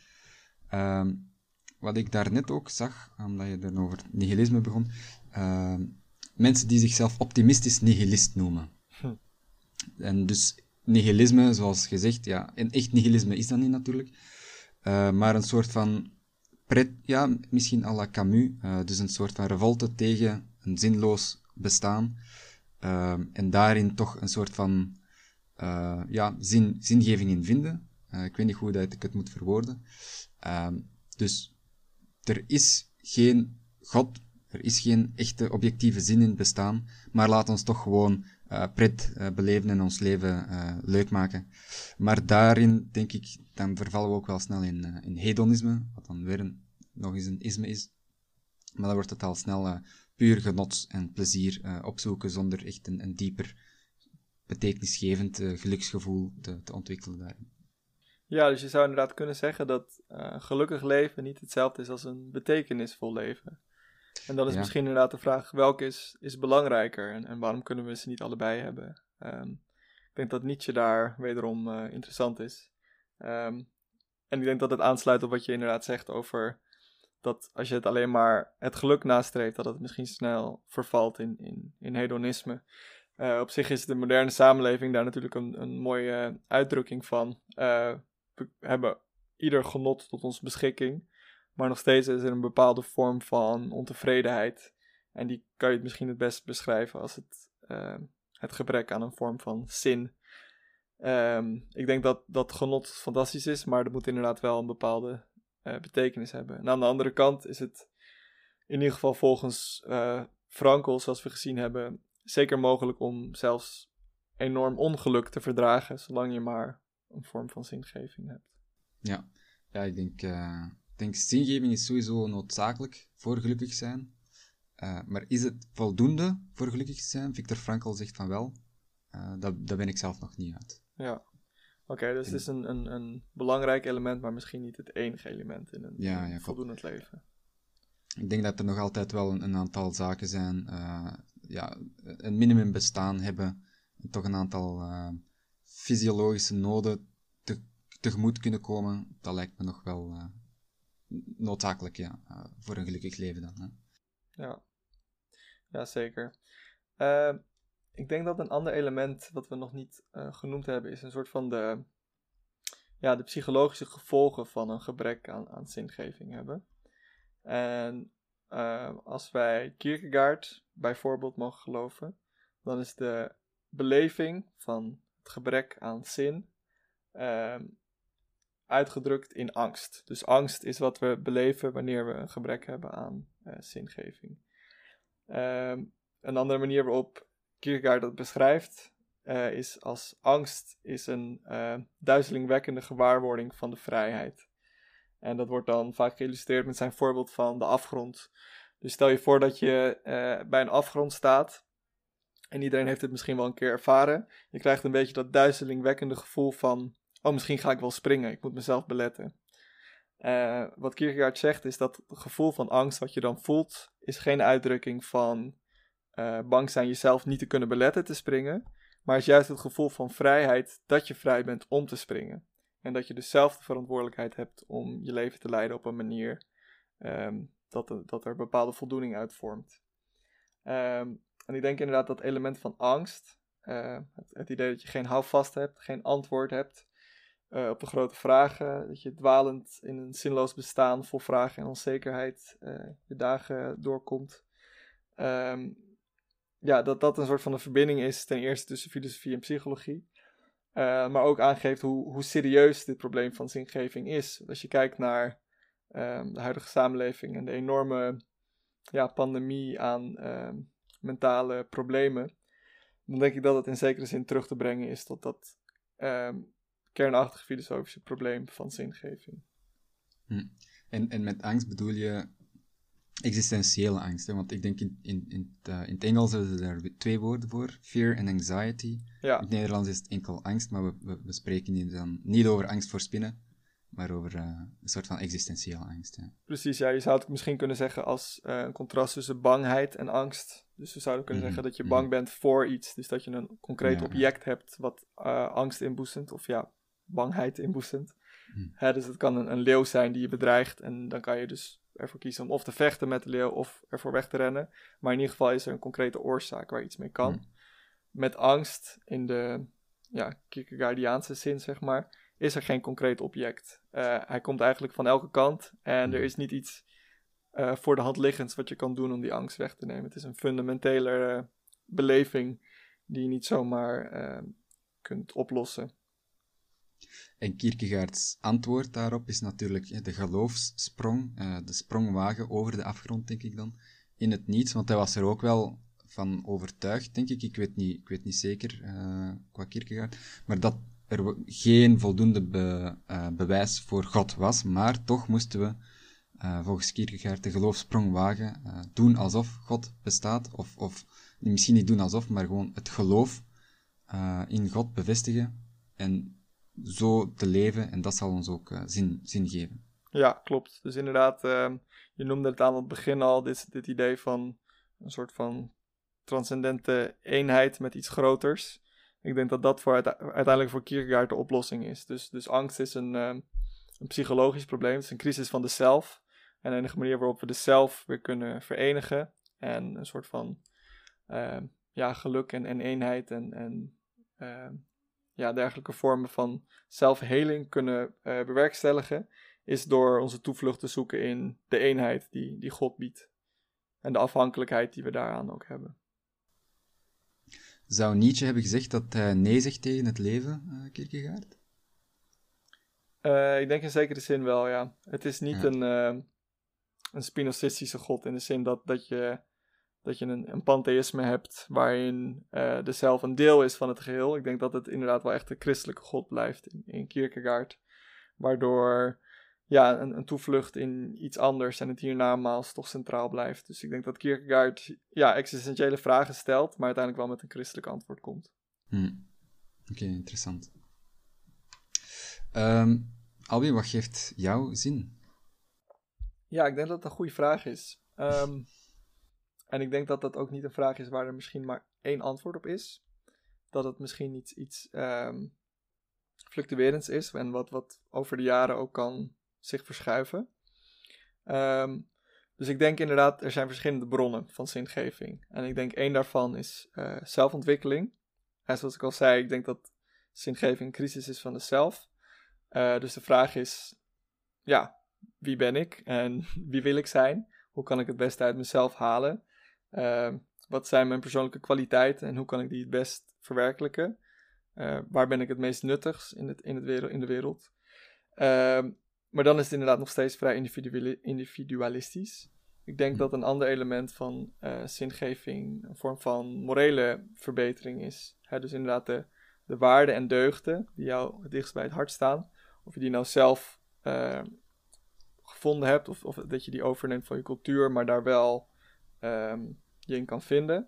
Wat ik daarnet ook zag, omdat je er over nihilisme begon, mensen die zichzelf optimistisch nihilist noemen. En dus nihilisme, zoals gezegd, een echt nihilisme is dat niet natuurlijk, maar een soort van misschien à la Camus, dus een soort van revolte tegen een zinloos bestaan, en daarin toch een soort van zingeving in vinden. Ik weet niet hoe dat ik het moet verwoorden. Dus er is geen God, er is geen echte objectieve zin in het bestaan, maar laat ons toch gewoon pret beleven en ons leven leuk maken. Maar daarin, denk ik, dan vervallen we ook wel snel in hedonisme, wat dan weer nog eens een isme is. Maar dan wordt het al snel puur genot en plezier opzoeken, zonder echt een dieper, betekenisgevend geluksgevoel te ontwikkelen daarin. Ja, dus je zou inderdaad kunnen zeggen dat een gelukkig leven niet hetzelfde is als een betekenisvol leven. En dan is misschien inderdaad de vraag, welke is belangrijker en waarom kunnen we ze niet allebei hebben? Ik denk dat Nietzsche daar wederom interessant is. En ik denk dat het aansluit op wat je inderdaad zegt over dat als je het alleen maar het geluk nastreeft, dat het misschien snel vervalt in hedonisme. Op zich is de moderne samenleving daar natuurlijk een mooie uitdrukking van. We hebben ieder genot tot onze beschikking, maar nog steeds is er een bepaalde vorm van ontevredenheid. En die kan je misschien het best beschrijven als het gebrek aan een vorm van zin. Ik denk dat genot fantastisch is, maar er moet inderdaad wel een bepaalde betekenis hebben. En aan de andere kant is het in ieder geval volgens Frankl, zoals we gezien hebben, zeker mogelijk om zelfs enorm ongeluk te verdragen, zolang je maar een vorm van zingeving hebt. Ja, ik denk zingeving is sowieso noodzakelijk voor gelukkig zijn. Maar is het voldoende voor gelukkig te zijn? Victor Frankl zegt van wel. Daar ben ik zelf nog niet uit. Ja, oké, dus het is een belangrijk element, maar misschien niet het enige element in een voldoend leven. Ik denk dat er nog altijd wel een aantal zaken zijn, een minimum bestaan hebben, en toch een aantal fysiologische noden tegemoet kunnen komen. Dat lijkt me nog wel noodzakelijk, voor een gelukkig leven dan. Hè. Ja, zeker. Ik denk dat een ander element wat we nog niet genoemd hebben, is een soort van de psychologische gevolgen van een gebrek aan zingeving hebben. En als wij Kierkegaard bijvoorbeeld mogen geloven, dan is de beleving van het gebrek aan zin uitgedrukt in angst. Dus angst is wat we beleven wanneer we een gebrek hebben aan zingeving. Een andere manier waarop Kierkegaard dat beschrijft is als angst is een duizelingwekkende gewaarwording van de vrijheid. En dat wordt dan vaak geïllustreerd met zijn voorbeeld van de afgrond. Dus stel je voor dat je bij een afgrond staat. En iedereen heeft het misschien wel een keer ervaren. Je krijgt een beetje dat duizelingwekkende gevoel van, oh, misschien ga ik wel springen, ik moet mezelf beletten. Wat Kierkegaard zegt is dat het gevoel van angst wat je dan voelt, is geen uitdrukking van bang zijn jezelf niet te kunnen beletten te springen. Maar is juist het gevoel van vrijheid dat je vrij bent om te springen. En dat je dus zelf de verantwoordelijkheid hebt om je leven te leiden op een manier dat er bepaalde voldoening uit vormt. En ik denk inderdaad dat element van angst, het idee dat je geen houvast hebt, geen antwoord hebt op de grote vragen, dat je dwalend in een zinloos bestaan vol vragen en onzekerheid je dagen doorkomt. Dat een soort van een verbinding is ten eerste tussen filosofie en psychologie. Maar ook aangeeft hoe serieus dit probleem van zingeving is. Als je kijkt naar de huidige samenleving en de enorme pandemie aan mentale problemen, dan denk ik dat het in zekere zin terug te brengen is tot dat kernachtige filosofische probleem van zingeving. En met angst bedoel je existentiële angst, hè? Want ik denk in het Engels hebben ze daar 2 woorden voor, fear en anxiety. Ja. In het Nederlands is het enkel angst, maar we spreken hier dan niet over angst voor spinnen, maar over een soort van existentiële angst. Hè? Precies, ja, je zou het misschien kunnen zeggen als een contrast tussen bangheid en angst. Dus we zouden kunnen zeggen dat je bang bent voor iets, dus dat je een concreet object hebt wat angst inboezemt, of bangheid inboezemt. Dus het kan een leeuw zijn die je bedreigt en dan kan je dus ervoor kiezen om of te vechten met de leeuw of ervoor weg te rennen. Maar in ieder geval is er een concrete oorzaak waar je iets mee kan. Met angst, in de Kierkegaardiaanse zin zeg maar, is er geen concreet object. Hij komt eigenlijk van elke kant en er is niet iets voor de hand liggends wat je kan doen om die angst weg te nemen. Het is een fundamentele beleving die je niet zomaar kunt oplossen. En Kierkegaards antwoord daarop is natuurlijk de geloofssprong, de sprongwagen over de afgrond, denk ik dan, in het niets, want hij was er ook wel van overtuigd, denk ik. Ik weet niet zeker qua Kierkegaard, maar dat er geen voldoende bewijs voor God was, maar toch moesten we volgens Kierkegaard de geloofssprong wagen, doen alsof God bestaat, of misschien niet doen alsof, maar gewoon het geloof in God bevestigen en zo te leven, en dat zal ons ook zin geven. Ja, klopt. Dus inderdaad, je noemde het aan het begin al, dit idee van een soort van transcendente eenheid met iets groters. Ik denk dat uiteindelijk voor Kierkegaard de oplossing is. Dus angst is een psychologisch probleem, het is een crisis van de zelf. En de enige manier waarop we de zelf weer kunnen verenigen en een soort van geluk en eenheid en dergelijke vormen van zelfheling kunnen bewerkstelligen, is door onze toevlucht te zoeken in de eenheid die God biedt. En de afhankelijkheid die we daaraan ook hebben. Zou Nietzsche hebben gezegd dat hij nee zegt tegen het leven, Kierkegaard? Ik denk in zekere zin wel, ja. Het is niet Ja. een spinozistische god in de zin dat je een pantheïsme hebt waarin de zelf een deel is van het geheel. Ik denk dat het inderdaad wel echt de christelijke god blijft in Kierkegaard. Waardoor een toevlucht in iets anders en het hiernamaals toch centraal blijft. Dus ik denk dat Kierkegaard existentiële vragen stelt, maar uiteindelijk wel met een christelijk antwoord komt. Oké, interessant. Alwin, wat geeft jou zin? Ja, ik denk dat het een goede vraag is. En ik denk dat dat ook niet een vraag is waar er misschien maar één antwoord op is. Dat het misschien iets fluctuerends is en wat over de jaren ook kan zich verschuiven. Dus ik denk inderdaad, er zijn verschillende bronnen van zingeving. En ik denk één daarvan is zelfontwikkeling. En zoals ik al zei, ik denk dat zingeving een crisis is van de zelf. Dus de vraag is, wie ben ik en wie wil ik zijn? Hoe kan ik het beste uit mezelf halen? Wat zijn mijn persoonlijke kwaliteiten en hoe kan ik die het best verwerkelijken? Waar ben ik het meest nuttigs in de wereld? Maar dan is het inderdaad nog steeds vrij individualistisch. Ik denk dat een ander element van zingeving een vorm van morele verbetering is. Dus inderdaad de waarden en deugden die jou het dichtst bij het hart staan. Of je die nou zelf gevonden hebt of dat je die overneemt van je cultuur, maar daar wel je in kan vinden.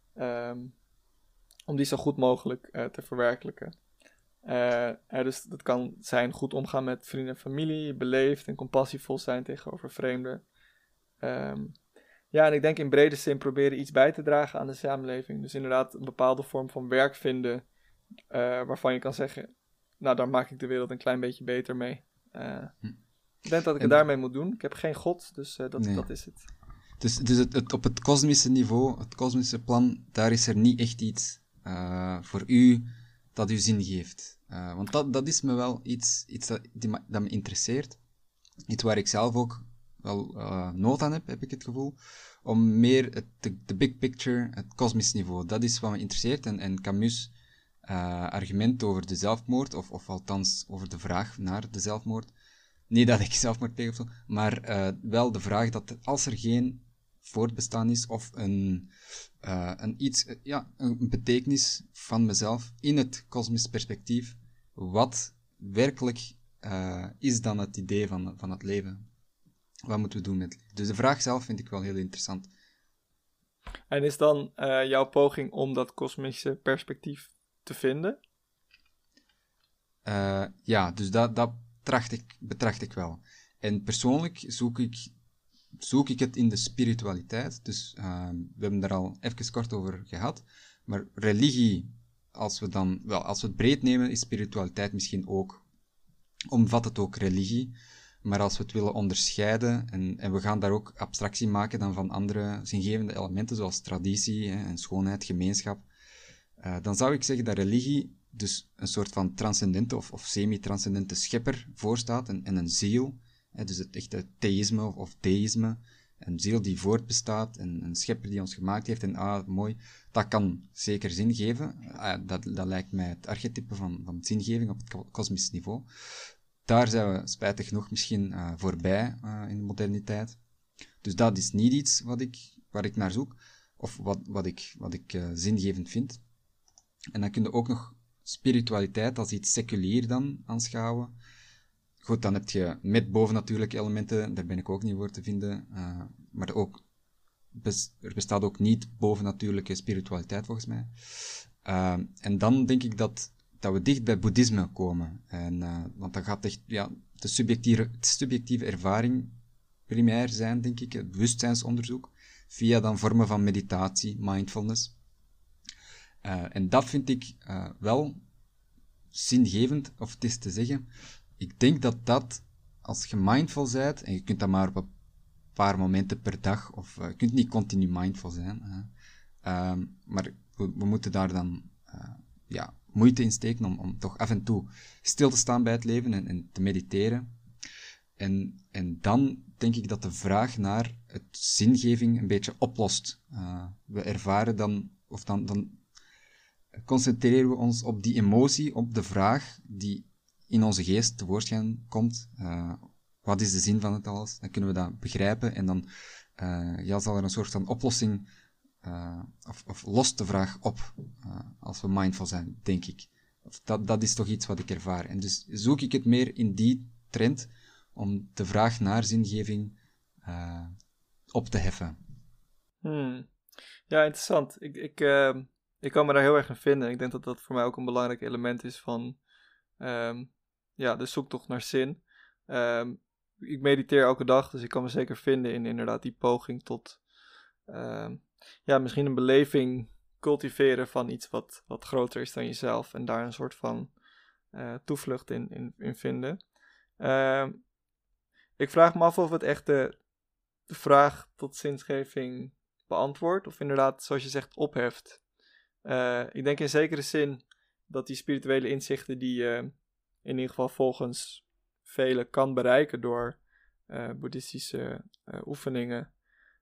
Om die zo goed mogelijk te verwerkelijken. Dus dat kan zijn goed omgaan met vrienden en familie, beleefd en compassievol zijn tegenover vreemden. En ik denk in brede zin proberen iets bij te dragen aan de samenleving. Dus inderdaad een bepaalde vorm van werk vinden waarvan je kan zeggen, nou, daar maak ik de wereld een klein beetje beter mee. Ik denk dat ik het daarmee moet doen. Ik heb geen god, dus dat is het. Dus het op het kosmische niveau, het kosmische plan, daar is er niet echt iets voor u dat u zin geeft. Want dat is me wel iets dat me interesseert. Iets waar ik zelf ook wel nood aan heb ik het gevoel. Om meer de big picture, het kosmisch niveau, dat is wat me interesseert. En Camus' argument over de zelfmoord, of althans over de vraag naar de zelfmoord. Niet dat ik zelfmoord pleeg of zo, maar wel de vraag dat als er geen voortbestaan is of een betekenis van mezelf in het kosmisch perspectief, wat werkelijk is dan het idee van het leven? Wat moeten we doen met het leven? Dus de vraag zelf vind ik wel heel interessant. En is dan jouw poging om dat kosmische perspectief te vinden? Dus dat betracht ik wel. En persoonlijk zoek ik het in de spiritualiteit. Dus we hebben daar al even kort over gehad. Maar religie, als we het breed nemen, is spiritualiteit misschien ook, omvat het ook religie. Maar als we het willen onderscheiden, en we gaan daar ook abstractie maken dan van andere zingevende elementen, zoals traditie en schoonheid, gemeenschap, dan zou ik zeggen dat religie dus een soort van transcendente of semi-transcendente schepper voorstaat en een ziel. Dus het echte theïsme of deïsme. Een ziel die voortbestaat en een schepper die ons gemaakt heeft. En mooi, dat kan zeker zin geven. Dat lijkt mij het archetype van zingeving op het kosmisch niveau. Daar zijn we spijtig genoeg misschien voorbij in de moderniteit. Dus dat is niet iets waar ik naar zoek, of wat ik zingevend vind. En dan kun je ook nog spiritualiteit als iets seculier dan aanschouwen. Goed, dan heb je met bovennatuurlijke elementen, daar ben ik ook niet voor te vinden, maar ook, er bestaat ook niet bovennatuurlijke spiritualiteit volgens mij. En dan denk ik dat we dicht bij boeddhisme komen. Want dan gaat echt de subjectieve ervaring primair zijn, denk ik, het bewustzijnsonderzoek, via dan vormen van meditatie, mindfulness. En dat vind ik wel zingevend, of het is te zeggen, ik denk dat als je mindful bent, en je kunt dat maar op een paar momenten per dag, of je kunt niet continu mindful zijn, maar we moeten daar dan moeite in steken om toch af en toe stil te staan bij het leven en te mediteren. En dan denk ik dat de vraag naar het zingeving een beetje oplost. We ervaren dan concentreren we ons op die emotie, op de vraag die in onze geest tevoorschijn komt. Wat is de zin van het alles? Dan kunnen we dat begrijpen en dan zal er een soort van oplossing of lost de vraag op als we mindful zijn, denk ik. Dat is toch iets wat ik ervaar. En dus zoek ik het meer in die trend om de vraag naar zingeving op te heffen. Ja, interessant. Ik kan me daar heel erg in vinden. Ik denk dat dat voor mij ook een belangrijk element is van de zoektocht naar zin. Ik mediteer elke dag, dus ik kan me zeker vinden in inderdaad die poging tot misschien een beleving cultiveren van iets wat groter is dan jezelf en daar een soort van toevlucht in vinden. Ik vraag me af of het echt de vraag tot zinsgeving beantwoordt of inderdaad, zoals je zegt, opheft. Ik denk in zekere zin dat die spirituele inzichten die je in ieder geval volgens velen kan bereiken door boeddhistische oefeningen,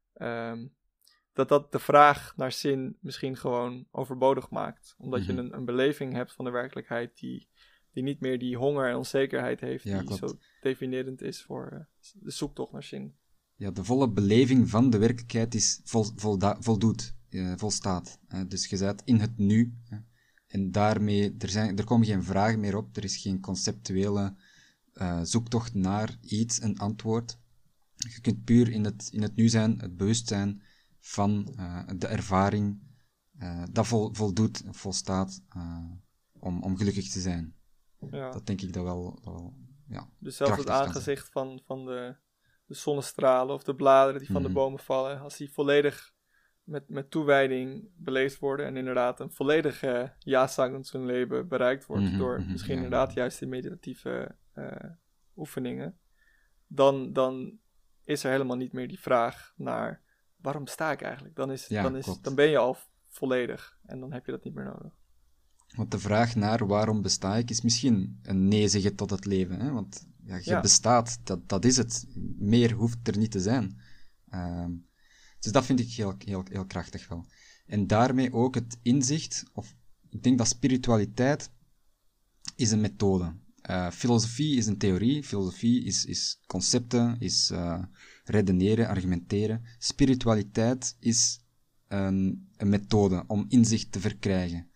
dat de vraag naar zin misschien gewoon overbodig maakt. Omdat je een beleving hebt van de werkelijkheid die niet meer die honger en onzekerheid heeft, die klopt. zo definierend is voor de zoektocht naar zin. Ja, de volle beleving van de werkelijkheid is volstaat. Dus je bent in het nu. En daarmee, er komen geen vragen meer op, er is geen conceptuele zoektocht naar iets, een antwoord. Je kunt puur in het nu zijn, het bewustzijn van de ervaring, dat volstaat om gelukkig te zijn. Ja. Dat denk ik dat wel dus zelfs het krachtig aangezicht van de zonnestralen of de bladeren die van de bomen vallen, als die volledig met toewijding beleefd worden en inderdaad een volledige ja-sagen-leven bereikt wordt door misschien inderdaad juist die meditatieve oefeningen, dan is er helemaal niet meer die vraag naar waarom besta ik eigenlijk? Dan ben je al volledig en dan heb je dat niet meer nodig. Want de vraag naar waarom besta ik is misschien een nee zeggen tot het leven. Hè? Want je bestaat, dat is het. Meer hoeft er niet te zijn. Dus dat vind ik heel, heel, heel krachtig wel. En daarmee ook het inzicht, of ik denk dat spiritualiteit is een methode. Filosofie is een theorie, filosofie is concepten, is redeneren, argumenteren. Spiritualiteit is een methode om inzicht te verkrijgen.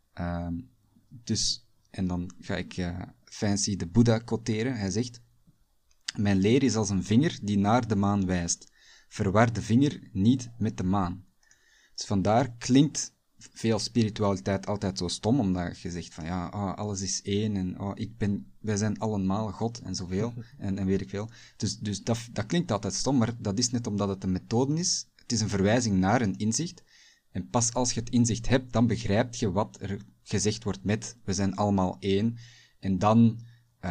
En dan ga ik fancy de Boeddha quoteren. Hij zegt: mijn leer is als een vinger die naar de maan wijst. Verwar de vinger niet met de maan. Dus vandaar klinkt veel spiritualiteit altijd zo stom, omdat je zegt van alles is één en wij zijn allemaal God en zoveel en weet ik veel. Dus dat klinkt altijd stom, maar dat is net omdat het een methode is. Het is een verwijzing naar een inzicht. En pas als je het inzicht hebt, dan begrijp je wat er gezegd wordt met we zijn allemaal één. En dan,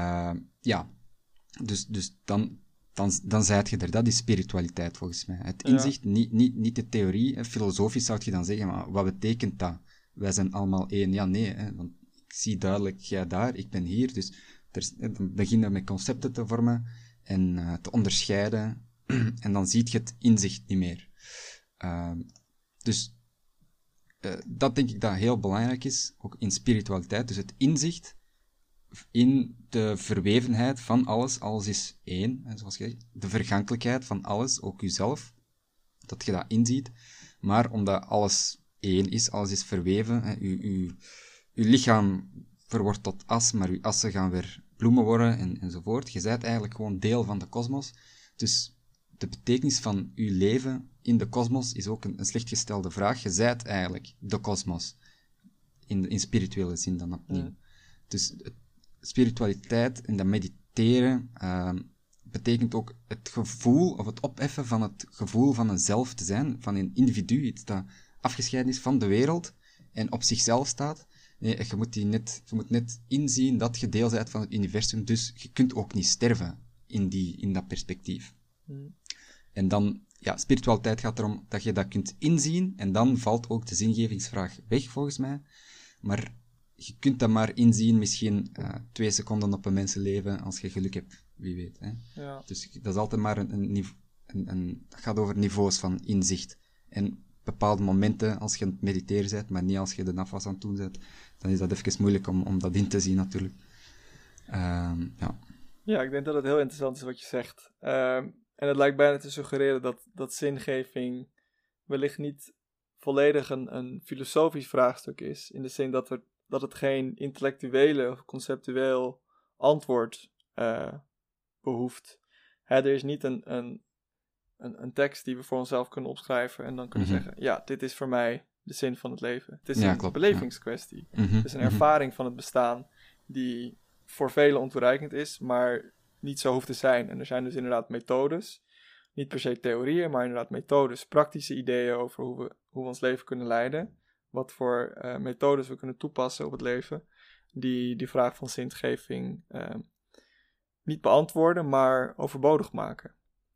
dus dan zijt je er. Dat is spiritualiteit volgens mij. Het inzicht, niet de theorie. Filosofisch zou je dan zeggen, maar wat betekent dat? Wij zijn allemaal één. Ja, nee, want ik zie duidelijk, jij daar, ik ben hier. Dus dan beginnen we met concepten te vormen en te onderscheiden. En dan zie je het inzicht niet meer. Dus dat denk ik dat heel belangrijk is, ook in spiritualiteit. Dus het inzicht in de verwevenheid van alles. Alles is één, zoals je zegt. De vergankelijkheid van alles, ook jezelf. Dat je dat inziet. Maar omdat alles één is, alles is verweven. Uw lichaam verwordt tot as, maar uw assen gaan weer bloemen worden enzovoort. Je bent eigenlijk gewoon deel van de kosmos. Dus de betekenis van uw leven in de kosmos is ook een slecht gestelde vraag. Je zijt eigenlijk de kosmos. In spirituele zin dan opnieuw. Dus spiritualiteit en dat mediteren betekent ook het gevoel, of het opheffen van het gevoel van een zelf te zijn, van een individu, iets dat afgescheiden is van de wereld en op zichzelf staat. Nee, je moet net inzien dat je deel bent van het universum, dus je kunt ook niet sterven in dat perspectief. En dan, spiritualiteit gaat erom dat je dat kunt inzien, en dan valt ook de zingevingsvraag weg, volgens mij. Maar je kunt dat maar inzien, misschien 2 seconden op een mensenleven, als je geluk hebt, wie weet. Hè? Ja. Dus dat is altijd maar het gaat over niveaus van inzicht. En bepaalde momenten, als je aan het mediteren bent, maar niet als je de nafas aan het doen bent, dan is dat even moeilijk om dat in te zien, natuurlijk. Ja. Ja, ik denk dat het heel interessant is wat je zegt. En het lijkt bijna te suggereren dat zingeving wellicht niet volledig een filosofisch vraagstuk is. In de zin dat het geen intellectuele of conceptueel antwoord behoeft. Er is niet een tekst die we voor onszelf kunnen opschrijven en dan kunnen zeggen, ja, dit is voor mij de zin van het leven. Het is een belevingskwestie. Het is een ervaring van het bestaan die voor velen ontoereikend is, maar niet zo hoeft te zijn. En er zijn dus inderdaad methodes, niet per se theorieën, maar inderdaad methodes, praktische ideeën over hoe we ons leven kunnen leiden. Wat voor methodes we kunnen toepassen op het leven, die vraag van zingeving niet beantwoorden, maar overbodig maken.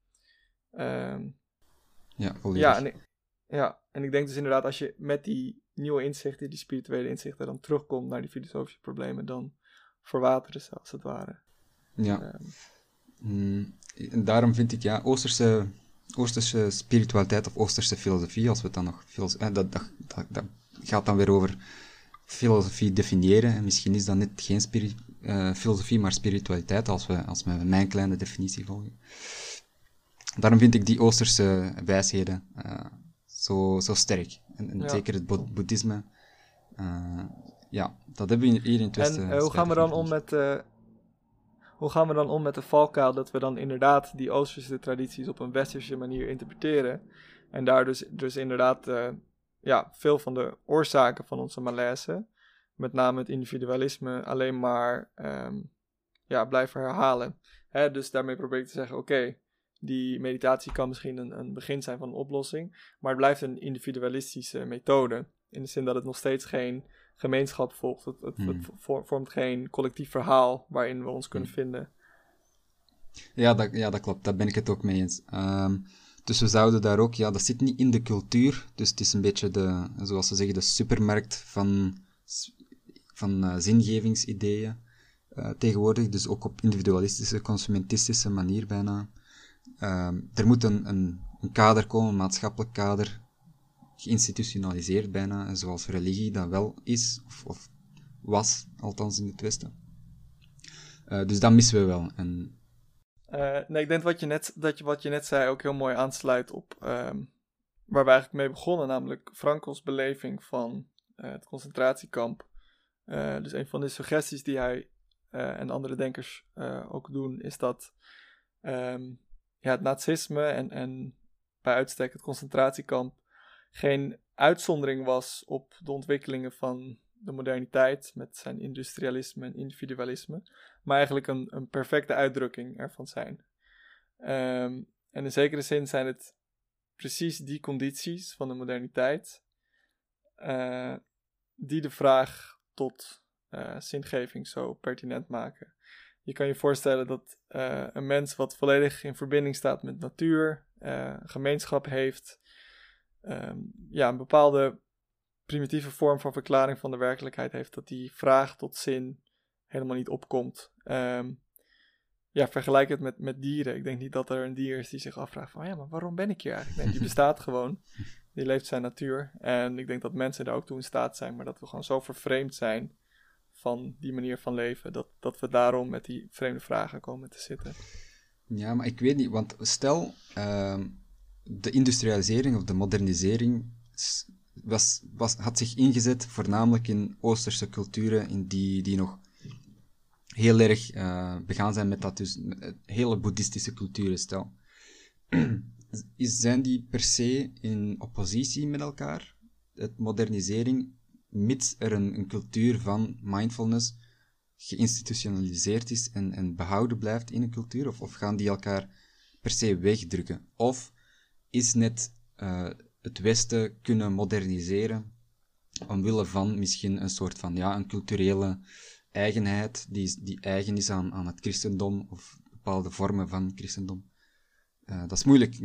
Ja, volledig. En ik denk dus inderdaad, als je met die nieuwe inzichten, die spirituele inzichten, dan terugkomt naar die filosofische problemen, dan verwateren ze als het ware. Ja. En daarom vind ik, Oosterse spiritualiteit of Oosterse filosofie, als we het dan nog... Dat gaat dan weer over filosofie definiëren. En misschien is dat net geen filosofie, maar spiritualiteit, als we mijn kleine definitie volgen. Daarom vind ik die Oosterse wijsheden zo sterk. En zeker het boeddhisme. Dat hebben we hier in het Westen. En hoe gaan we dan om met de valkuil dat we dan inderdaad die Oosterse tradities op een Westerse manier interpreteren? En daar dus inderdaad veel van de oorzaken van onze malaise, met name het individualisme, alleen maar blijven herhalen. Dus daarmee probeer ik te zeggen, oké, die meditatie kan misschien een begin zijn van een oplossing, maar het blijft een individualistische methode. In de zin dat het nog steeds geen gemeenschap volgt. Het vormt geen collectief verhaal waarin we ons kunnen vinden. Ja, dat klopt. Daar ben ik het ook mee eens. Dus we zouden daar ook... Ja, dat zit niet in de cultuur. Dus het is een beetje zoals ze zeggen, de supermarkt van zingevingsideeën tegenwoordig. Dus ook op individualistische, consumentistische manier bijna. Er moet een kader komen, een maatschappelijk kader, geïnstitutionaliseerd bijna, zoals religie dat wel is, of was, althans in het Westen. Dus dat missen we wel. Ik denk wat je net zei ook heel mooi aansluit op waar we eigenlijk mee begonnen, namelijk Frankls beleving van het concentratiekamp. Dus een van de suggesties die hij en andere denkers ook doen, is dat het nazisme en bij uitstek het concentratiekamp geen uitzondering was op de ontwikkelingen van de moderniteit met zijn industrialisme en individualisme, maar eigenlijk een perfecte uitdrukking ervan zijn. En in zekere zin zijn het precies die condities van de moderniteit die de vraag tot zingeving zo pertinent maken. Je kan je voorstellen dat een mens wat volledig in verbinding staat met natuur, gemeenschap heeft, een bepaalde primitieve vorm van verklaring van de werkelijkheid heeft, dat die vraag tot zin helemaal niet opkomt. Vergelijk het met dieren. Ik denk niet dat er een dier is die zich afvraagt van, maar waarom ben ik hier eigenlijk? Nee, die bestaat gewoon. Die leeft zijn natuur. En ik denk dat mensen daar ook toe in staat zijn, maar dat we gewoon zo vervreemd zijn van die manier van leven, dat we daarom met die vreemde vragen komen te zitten. Ja, maar ik weet niet, want stel, de industrialisering of de modernisering had zich ingezet voornamelijk in Oosterse culturen, in die nog heel erg begaan zijn met dat, dus hele boeddhistische culturen, stel. Zijn die per se in oppositie met elkaar, het modernisering, mits er een cultuur van mindfulness geïnstitutionaliseerd is en behouden blijft in een cultuur? Of gaan die elkaar per se wegdrukken? Of is net het Westen kunnen moderniseren omwille van misschien een soort van een culturele eigenheid die eigen is aan het christendom of bepaalde vormen van christendom? Dat is moeilijk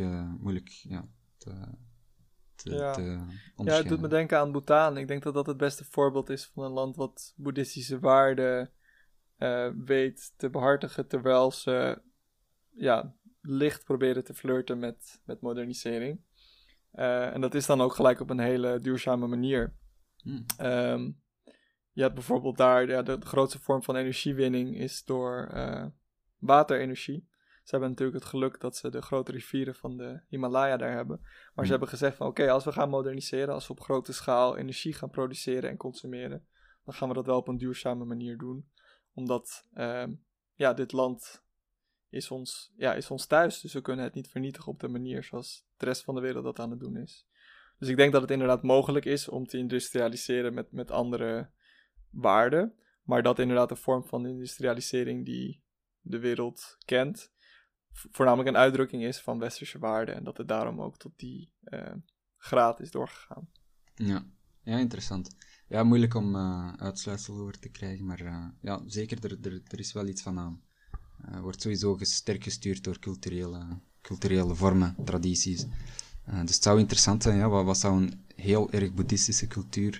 te onderscheiden. Ja, het doet me denken aan Bhutan. Ik denk dat dat het beste voorbeeld is van een land wat boeddhistische waarden weet te behartigen, terwijl ze licht proberen te flirten met modernisering. En dat is dan ook gelijk op een hele duurzame manier. je hebt bijvoorbeeld daar, de grootste vorm van energiewinning is door waterenergie. Ze hebben natuurlijk het geluk dat ze de grote rivieren van de Himalaya daar hebben. Maar ze hebben gezegd van oké, als we gaan moderniseren, als we op grote schaal energie gaan produceren en consumeren, dan gaan we dat wel op een duurzame manier doen. Omdat dit land is ons thuis. Dus we kunnen het niet vernietigen op de manier zoals de rest van de wereld dat aan het doen is. Dus ik denk dat het inderdaad mogelijk is om te industrialiseren met andere waarden. Maar dat inderdaad een vorm van industrialisering die de wereld kent, voornamelijk een uitdrukking is van westerse waarden. En dat het daarom ook tot die graad is doorgegaan. Ja, interessant. Ja, moeilijk om uitsluitsel over te krijgen, maar zeker, er is wel iets van aan. Wordt sowieso sterk gestuurd door culturele vormen, tradities. Dus het zou interessant zijn, wat zou een heel erg boeddhistische cultuur,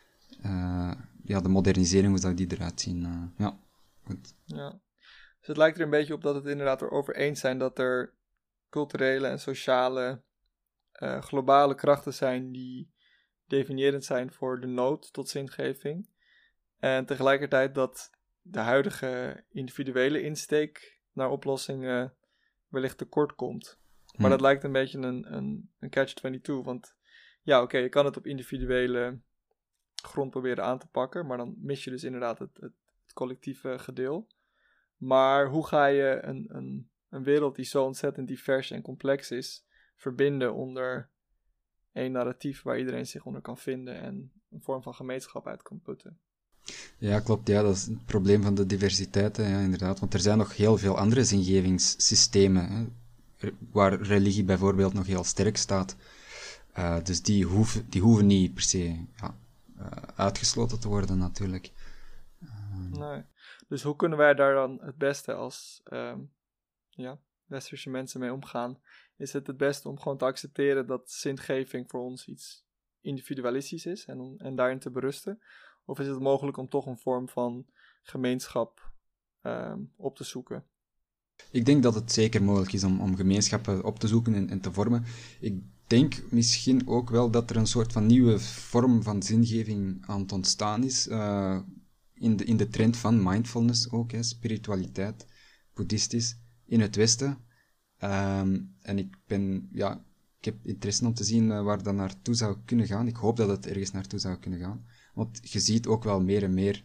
de modernisering, hoe zou die eruit zien? Goed. Ja. Dus het lijkt er een beetje op dat het inderdaad erover eens zijn dat er culturele en sociale globale krachten zijn die definiërend zijn voor de nood tot zingeving. En tegelijkertijd dat de huidige individuele insteek naar oplossingen wellicht tekort komt. Maar dat lijkt een beetje een catch-22. Want je kan het op individuele grond proberen aan te pakken. Maar dan mis je dus inderdaad het collectieve gedeel. Maar hoe ga je een wereld die zo ontzettend divers en complex is, verbinden onder één narratief waar iedereen zich onder kan vinden en een vorm van gemeenschap uit kan putten? Ja, klopt. Ja, dat is het probleem van de diversiteit, inderdaad. Want er zijn nog heel veel andere zingevingssystemen, hè, waar religie bijvoorbeeld nog heel sterk staat. Dus die hoeven niet per se uitgesloten te worden, natuurlijk. Nee. Dus hoe kunnen wij daar dan het beste als westerse mensen mee omgaan? Is het beste om gewoon te accepteren dat zingeving voor ons iets individualistisch is en daarin te berusten? Of is het mogelijk om toch een vorm van gemeenschap op te zoeken? Ik denk dat het zeker mogelijk is om gemeenschappen op te zoeken en te vormen. Ik denk misschien ook wel dat er een soort van nieuwe vorm van zingeving aan het ontstaan is. In de trend van mindfulness ook, spiritualiteit, boeddhistisch, in het Westen. En ik heb interesse om te zien waar dat naartoe zou kunnen gaan. Ik hoop dat het ergens naartoe zou kunnen gaan. Want je ziet ook wel meer en meer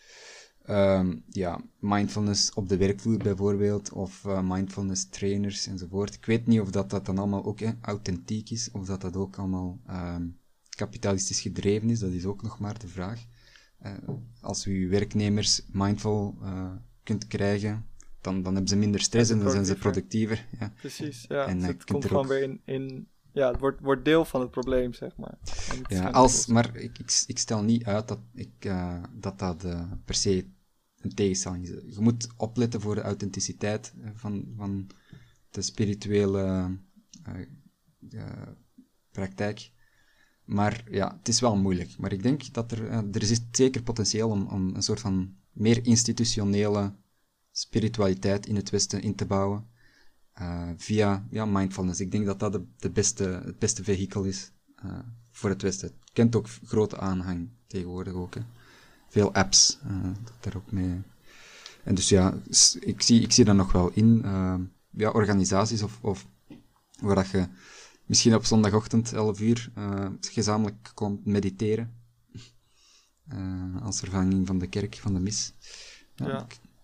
mindfulness op de werkvloer bijvoorbeeld, of mindfulness trainers enzovoort. Ik weet niet of dat dan allemaal ook authentiek is, of dat ook allemaal kapitalistisch gedreven is. Dat is ook nog maar de vraag. Als u werknemers mindful kunt krijgen, dan hebben ze minder stress en dan zijn ze productiever. Ja. Precies, ja. En dus het komt gewoon weer in het wordt deel van het probleem, zeg maar. Maar ik stel niet uit dat per se een tegenstelling is. Je moet opletten voor de authenticiteit van de spirituele praktijk. Maar het is wel moeilijk. Maar ik denk dat er is zeker potentieel om een soort van meer institutionele spiritualiteit in het Westen in te bouwen. Via mindfulness. Ik denk dat dat het beste vehikel is voor het Westen. Het kent ook grote aanhang tegenwoordig ook. Hè. Veel apps daar ook mee. En dus ik zie dat nog wel in. Organisaties of waar dat je misschien op zondagochtend 11 uur gezamenlijk komt mediteren. Als vervanging van de kerk, van de mis. Ja.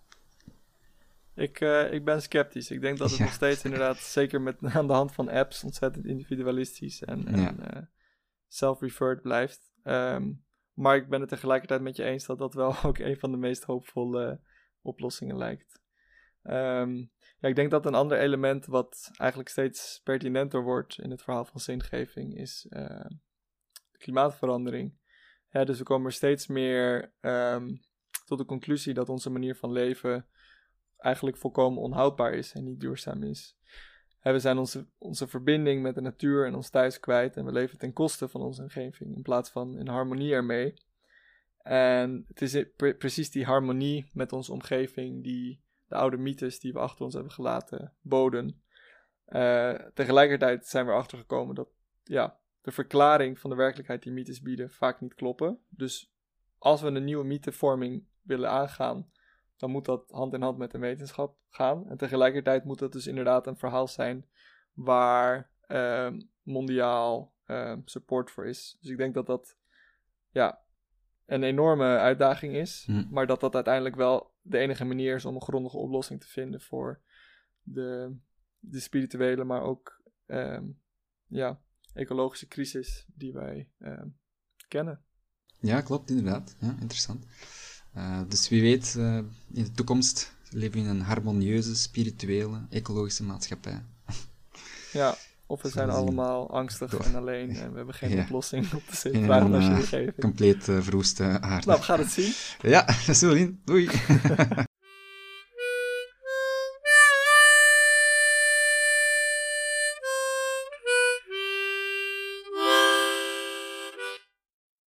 Ik ben sceptisch. Ik denk dat het nog steeds inderdaad, zeker aan de hand van apps, ontzettend individualistisch en self-referred blijft. Maar ik ben het tegelijkertijd met je eens dat dat wel ook een van de meest hoopvolle oplossingen lijkt. Ik denk dat een ander element wat eigenlijk steeds pertinenter wordt in het verhaal van zingeving is de klimaatverandering. Dus we komen er steeds meer tot de conclusie dat onze manier van leven eigenlijk volkomen onhoudbaar is en niet duurzaam is. We zijn onze verbinding met de natuur en ons thuis kwijt en we leven ten koste van onze omgeving in plaats van in harmonie ermee. En het is precies die harmonie met onze omgeving die de oude mythes die we achter ons hebben gelaten boden. Tegelijkertijd zijn we erachter gekomen dat de verklaring van de werkelijkheid die mythes bieden vaak niet kloppen. Dus als we een nieuwe mythevorming willen aangaan, dan moet dat hand in hand met de wetenschap gaan. En tegelijkertijd moet dat dus inderdaad een verhaal zijn waar mondiaal support voor is. Dus ik denk dat dat een enorme uitdaging is. Maar dat uiteindelijk wel de enige manier is om een grondige oplossing te vinden voor de spirituele, maar ook ecologische crisis die wij kennen. Ja, klopt, inderdaad. Ja, interessant. Dus wie weet, in de toekomst leven we in een harmonieuze, spirituele, ecologische maatschappij. Ja, of we zijn allemaal angstig en alleen en we hebben geen oplossing op de in vraag een als je geeft. compleet verwoeste aarde. Nou, we gaan het zien. Ja, dat zullen we zien. Doei.